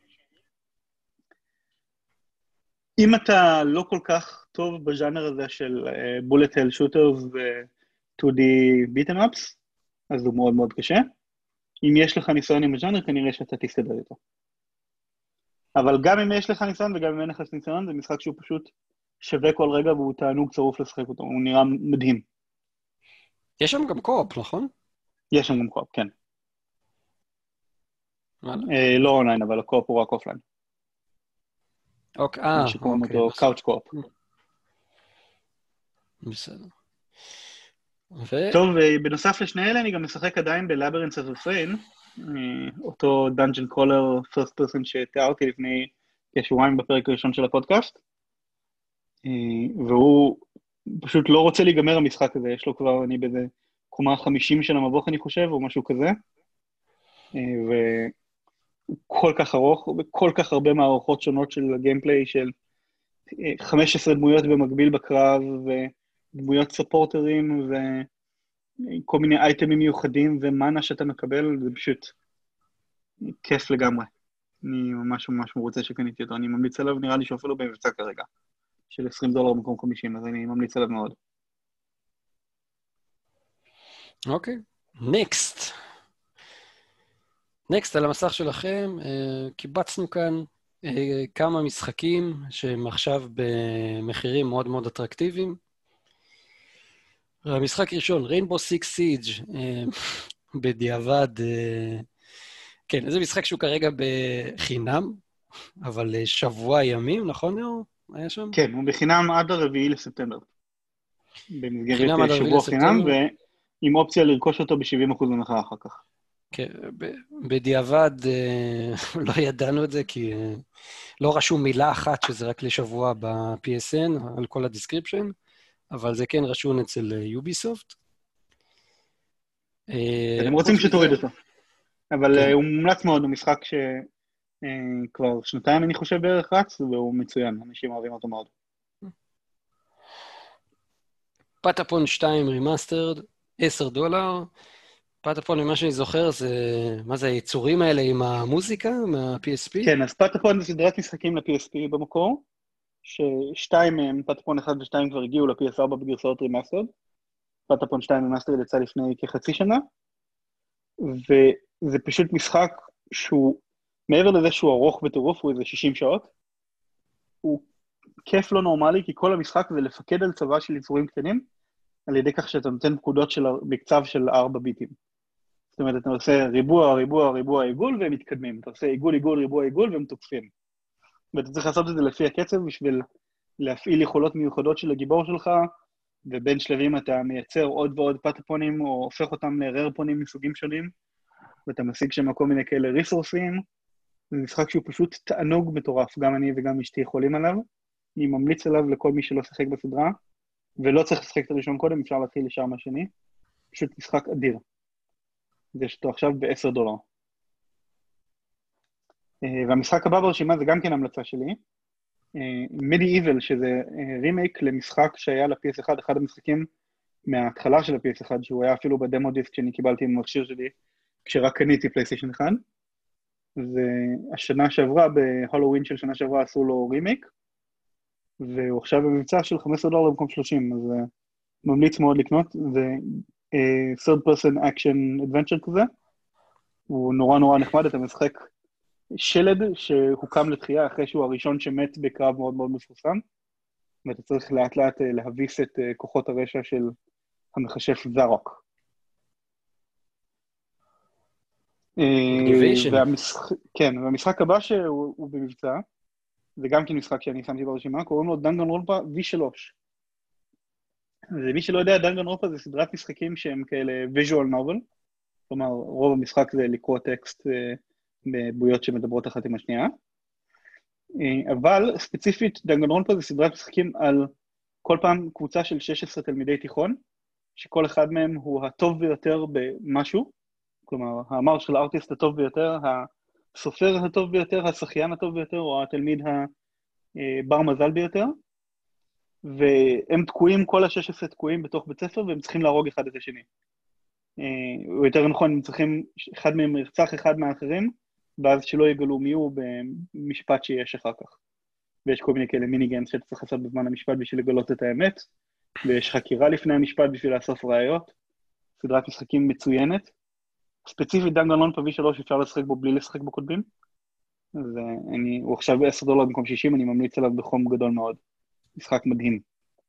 אם אתה לא כל כך טוב בז'אנר הזה של בולט הל שוטרס ו-טו די ביטן אפס, אז הוא מאוד מאוד קשה. אם יש לך ניסיון עם הז'אנר, כנראה שאתה תסתדר איתו. אבל גם אם יש לך ניסיון וגם אם אין לך ניסיון, זה משחק שהוא פשוט שווה כל רגע והוא תענוג צרוף לשחק אותו, הוא נראה מדהים. יש שם גם קו-אופ, נכון? יש שם גם קו-אופ, כן. וואלה. אה, לא אונליין, אבל הקו-אופ הוא רק אופליין. אוקיי, אה, מה שקוראים אוקיי. אותו קאוץ' קו-אופ. בסדר. ו... טוב, בנוסף לשני אלה, אני גם משחק עדיין בלאברינס אוף פריין, אותו דאנג'ן קרולר פרסט פרסון שתיארתי לפני כשבועיים בפרק הראשון של הפודקאסט, והוא פשוט לא רוצה להיגמר המשחק הזה, יש לו כבר, אני באיזה קומה חמישים של המבוך אני חושב, או משהו כזה, והוא כל כך ארוך, וכל כך הרבה מערכות שונות של הגיימפליי, של חמש עשרה דמויות במקביל בקרב, ודמויות ספורטרים, ו... כל מיני אייטמים מיוחדים ומנה שאתה מקבל, זה פשוט כיף לגמרי. אני ממש ממש מרוצה שקניתי אותו. אני ממליץ עליו, נראה לי שאפילו במבצע כרגע, של עשרים דולר במקום חמישים, אז אני ממליץ עליו מאוד. אוקיי. נקסט. נקסט, על המסך שלכם, קיבצנו כאן כמה משחקים שהם עכשיו במחירים מאוד מאוד אטרקטיביים. המשחק ראשון, ריינבו סיקס סיג' בדיעבד, כן, זה משחק שהוא כרגע בחינם, אבל שבוע ימים, נכון נאור? היה שם? כן, הוא בחינם עד הרביעי לספטמבר. במסגרת שבוע לספטמבר. חינם, ועם אופציה לרכוש אותו ב-שבעים אחוז במחאה אחר כך. כן, בדיעבד לא ידענו את זה, כי לא רשום מילה אחת שזה רק לשבוע ב-פי אס אן, על כל הדיסקריפשן, אבל זה כן רשום אצל יוביסופט. אתם רוצים שתוריד אותו. אבל הוא מומלץ מאוד, הוא משחק שכבר שנתיים אני חושב בערך רץ, והוא מצוין, אנשים אוהבים אותו מאוד. פטאפון שתיים רימאסטרד, עשרה דולר. פטאפון, ממה שאני זוכר, זה... מה זה, היצורים האלה עם המוזיקה, מה-פי אס פי? כן, אז פטאפון זה סדרת משחקים ל-פי אס פי במקור, ששתיים מהם, פטאפון אחד ושתיים כבר הגיעו ל-פי אס ארבע בגרסאות רימאסטרד. פטאפון שתיים רימאסטרד יצא לפני כחצי שנה, וזה פשוט משחק שהוא, מעבר לזה שהוא ארוך בטירוף, הוא איזה שישים שעות, הוא כיף לא נורמלי, כי כל המשחק זה לפקד על צבא של יצורים קטנים, על ידי כך שאתה נותן פקודות של, בקצב של ארבע ביטים. זאת אומרת, אתה עושה ריבוע, ריבוע, ריבוע, עיגול, והם מתקדמים. אתה עושה עיגול, עיגול, ריבוע, עיגול, והם תוקפים. ואתה צריך לעשות את זה לפי הקצב, בשביל להפעיל יכולות מיוחדות של הגיבור שלך, ובין שלבים אתה מייצר עוד ועוד פטאפונים, או הופך אותם לררפונים מסוגים שונים, ואתה משיג שם כל מיני כאלה ריסורסים. זה משחק שהוא פשוט תענוג מטורף, גם אני וגם אשתי יכולים עליו. אני ממליץ עליו לכל מי שלא שיחק בסדרה, ולא צריך לשחק את הראשון קודם, אפשר להתחיל לשם השני. פשוט משחק אדיר. זה שאתה עכשיו ב-עשרה דולר. והמשחק הבא ברשימה זה גם כן המלצה שלי. Medieval, שזה רימייק למשחק שהיה ל-פי אס אחד, אחד המשחקים מההתחלה של ה-פי אס אחד, שהוא היה אפילו בדמו דיסק שאני קיבלתי עם המכשיר שלי, כשרק קניתי פלייסטיישן אחד. והשנה שעברה, בהלואוין של שנה שעברה, עשו לו רימייק, והוא עכשיו במבצע של חמישה עשר דולר במקום שלושים, אז uh, ממליץ מאוד לקנות, זה uh, third person action adventure כזה, הוא נורא נורא נחמד, אתה משחק שלד שהוקם לתחייה אחרי שהוא הראשון שמת בקרב מאוד מאוד מפורסם, ואתה צריך לאט לאט uh, להביס את uh, כוחות הרשע של המחשף זרוק. Activation. והמשחק, כן, והמשחק הבא שהוא במבצע, זה גם כן משחק שאני שמתי ברשימה, קוראים לו דנגנרונפה וי שלוש. ומי שלא יודע, דנגנרונפה זה סדרת משחקים שהם כאלה visual novel, כלומר, רוב המשחק זה לקרוא טקסט בדמויות שמדברות אחת עם השנייה, אבל ספציפית דנגנרונפה זה סדרת משחקים על כל פעם קבוצה של שש עשרה תלמידי תיכון, שכל אחד מהם הוא הטוב ביותר במשהו, כלומר, האמר של הארטיסט הטוב ביותר, הסופר הטוב ביותר, השחיין הטוב ביותר, או התלמיד הבר מזל ביותר, והם תקועים, כל ה-שש עשרה תקועים בתוך בית ספר, והם צריכים להרוג אחד את השני. או יותר נכון, הם צריכים, אחד מהם ירצח אחד מהאחרים, ואז שלא יגלו מי הוא במשפט שיש אחר כך. ויש כל מיני כאלה מיני גיימס שאתה צריך לעשות בזמן המשפט בשביל לגלות את האמת, ויש חקירה לפני המשפט בשביל לאסוף ראיות, סדרת משחקים מצוינת. ספציפית דנגנרונפה וי שלוש אפשר לשחק בו בלי לשחק בקודמים, אז אני, הוא עכשיו ב-עשרה דולר במקום שישים, אני ממליץ עליו בחום גדול מאוד. משחק מדהים.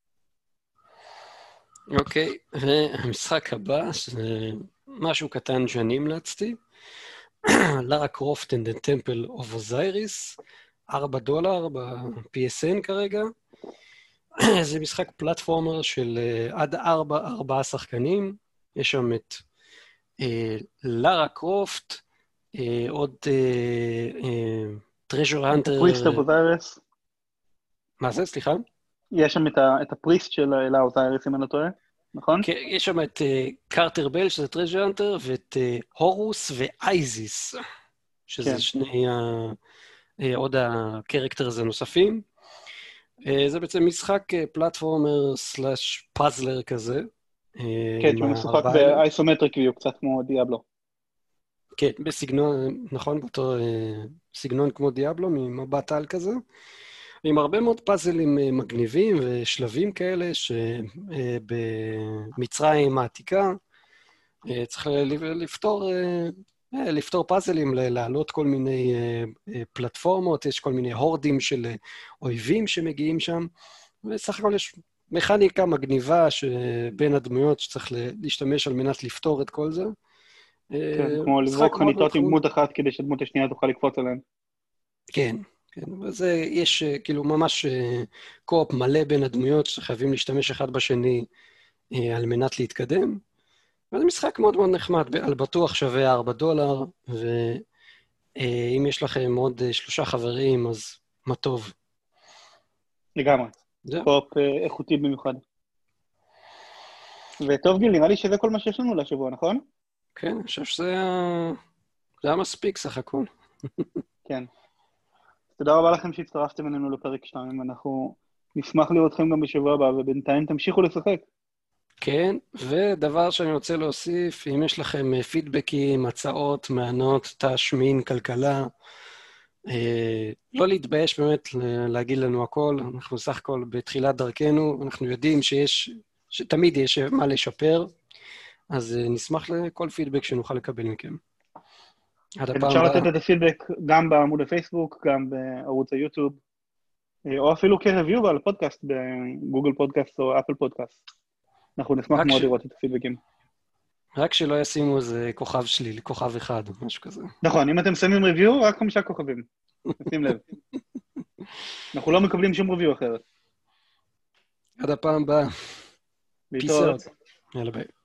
אוקיי, והמשחק הבא, זה משהו קטן שאני המלצתי, לארה קרופט and the Temple of Osiris, ארבעה דולר ב-פי אס אן כרגע. זה משחק פלטפורמר של עד ארבע, ארבעה שחקנים. יש שם את אה, לארה קרופט, אה, עוד טרז'ר אה, הנטר... פריסט אוף אוזייריס. מה זה? סליחה? יש שם את, ה, את הפריסט של לארה אוזייריס, אם אני לא טועה, נכון? כן, יש שם את אה, קרטר בל, שזה טרז'ר הנטר, ואת אה, הורוס ואייזיס, שזה כן. שני ה... אה, עוד הקרקטרס הנוספים. זה בעצם משחק פלטפורמר סלאש פאזלר כזה. כן, שהוא משוחק באייסומטריק ויו, קצת כמו דיאבלו. כן, בסגנון, נכון, באותו סגנון כמו דיאבלו, ממבט על כזה. עם הרבה מאוד פאזלים מגניבים ושלבים כאלה, שבמצרים העתיקה צריך לפתור... לפתור פאזלים, לעלות כל מיני פלטפורמות, יש כל מיני הורדים של אויבים שמגיעים שם, וסך הכל יש מכניקה מגניבה שבין הדמויות שצריך להשתמש על מנת לפתור את כל זה. כן, כמו לזרוק חניתות עם דמות אחת כדי שהדמות השנייה תוכל לקפוץ עליהן. כן, כן, וזה יש כאילו ממש קופ מלא בין הדמויות שחייבים להשתמש אחד בשני על מנת להתקדם. וזה משחק מאוד מאוד נחמד, על בטוח שווה ארבעה דולר, ואם יש לכם עוד שלושה חברים, אז מה טוב. לגמרי. קופ איכותי במיוחד. וטוב גיל, נראה לי שזה כל מה שיש לנו לשבוע, נכון? כן, אני חושב שזה היה מספיק סך הכל. כן. תודה רבה לכם שהצטרפתם אלינו לפרק שתיים, אנחנו נשמח לראותכם גם בשבוע הבא, ובינתיים תמשיכו לשחק. כן, ודבר שאני רוצה להוסיף, אם יש לכם פידבקים, הצעות, מענות, תש, מין, כלכלה, אה, לא להתבייש באמת להגיד לנו הכל, אנחנו סך הכל בתחילת דרכנו, אנחנו יודעים שיש, שתמיד יש מה לשפר, אז אה, נשמח לכל פידבק שנוכל לקבל מכם. עד הפעם אפשר הבאה. לתת את הפידבק גם בעמוד הפייסבוק, גם בערוץ היוטיוב, או אפילו כרביו על הפודקאסט, בגוגל פודקאסט או אפל פודקאסט. אנחנו נשמח מאוד ש... לראות את הפידבקים. רק שלא ישימו איזה כוכב שלילי, כוכב אחד, משהו כזה. נכון, אם אתם שמים ריוויו, רק חמישה כוכבים. שים לב. אנחנו לא מקבלים שום ריוויו אחרת. עד הפעם הבאה. להתראות. יאללה ביי.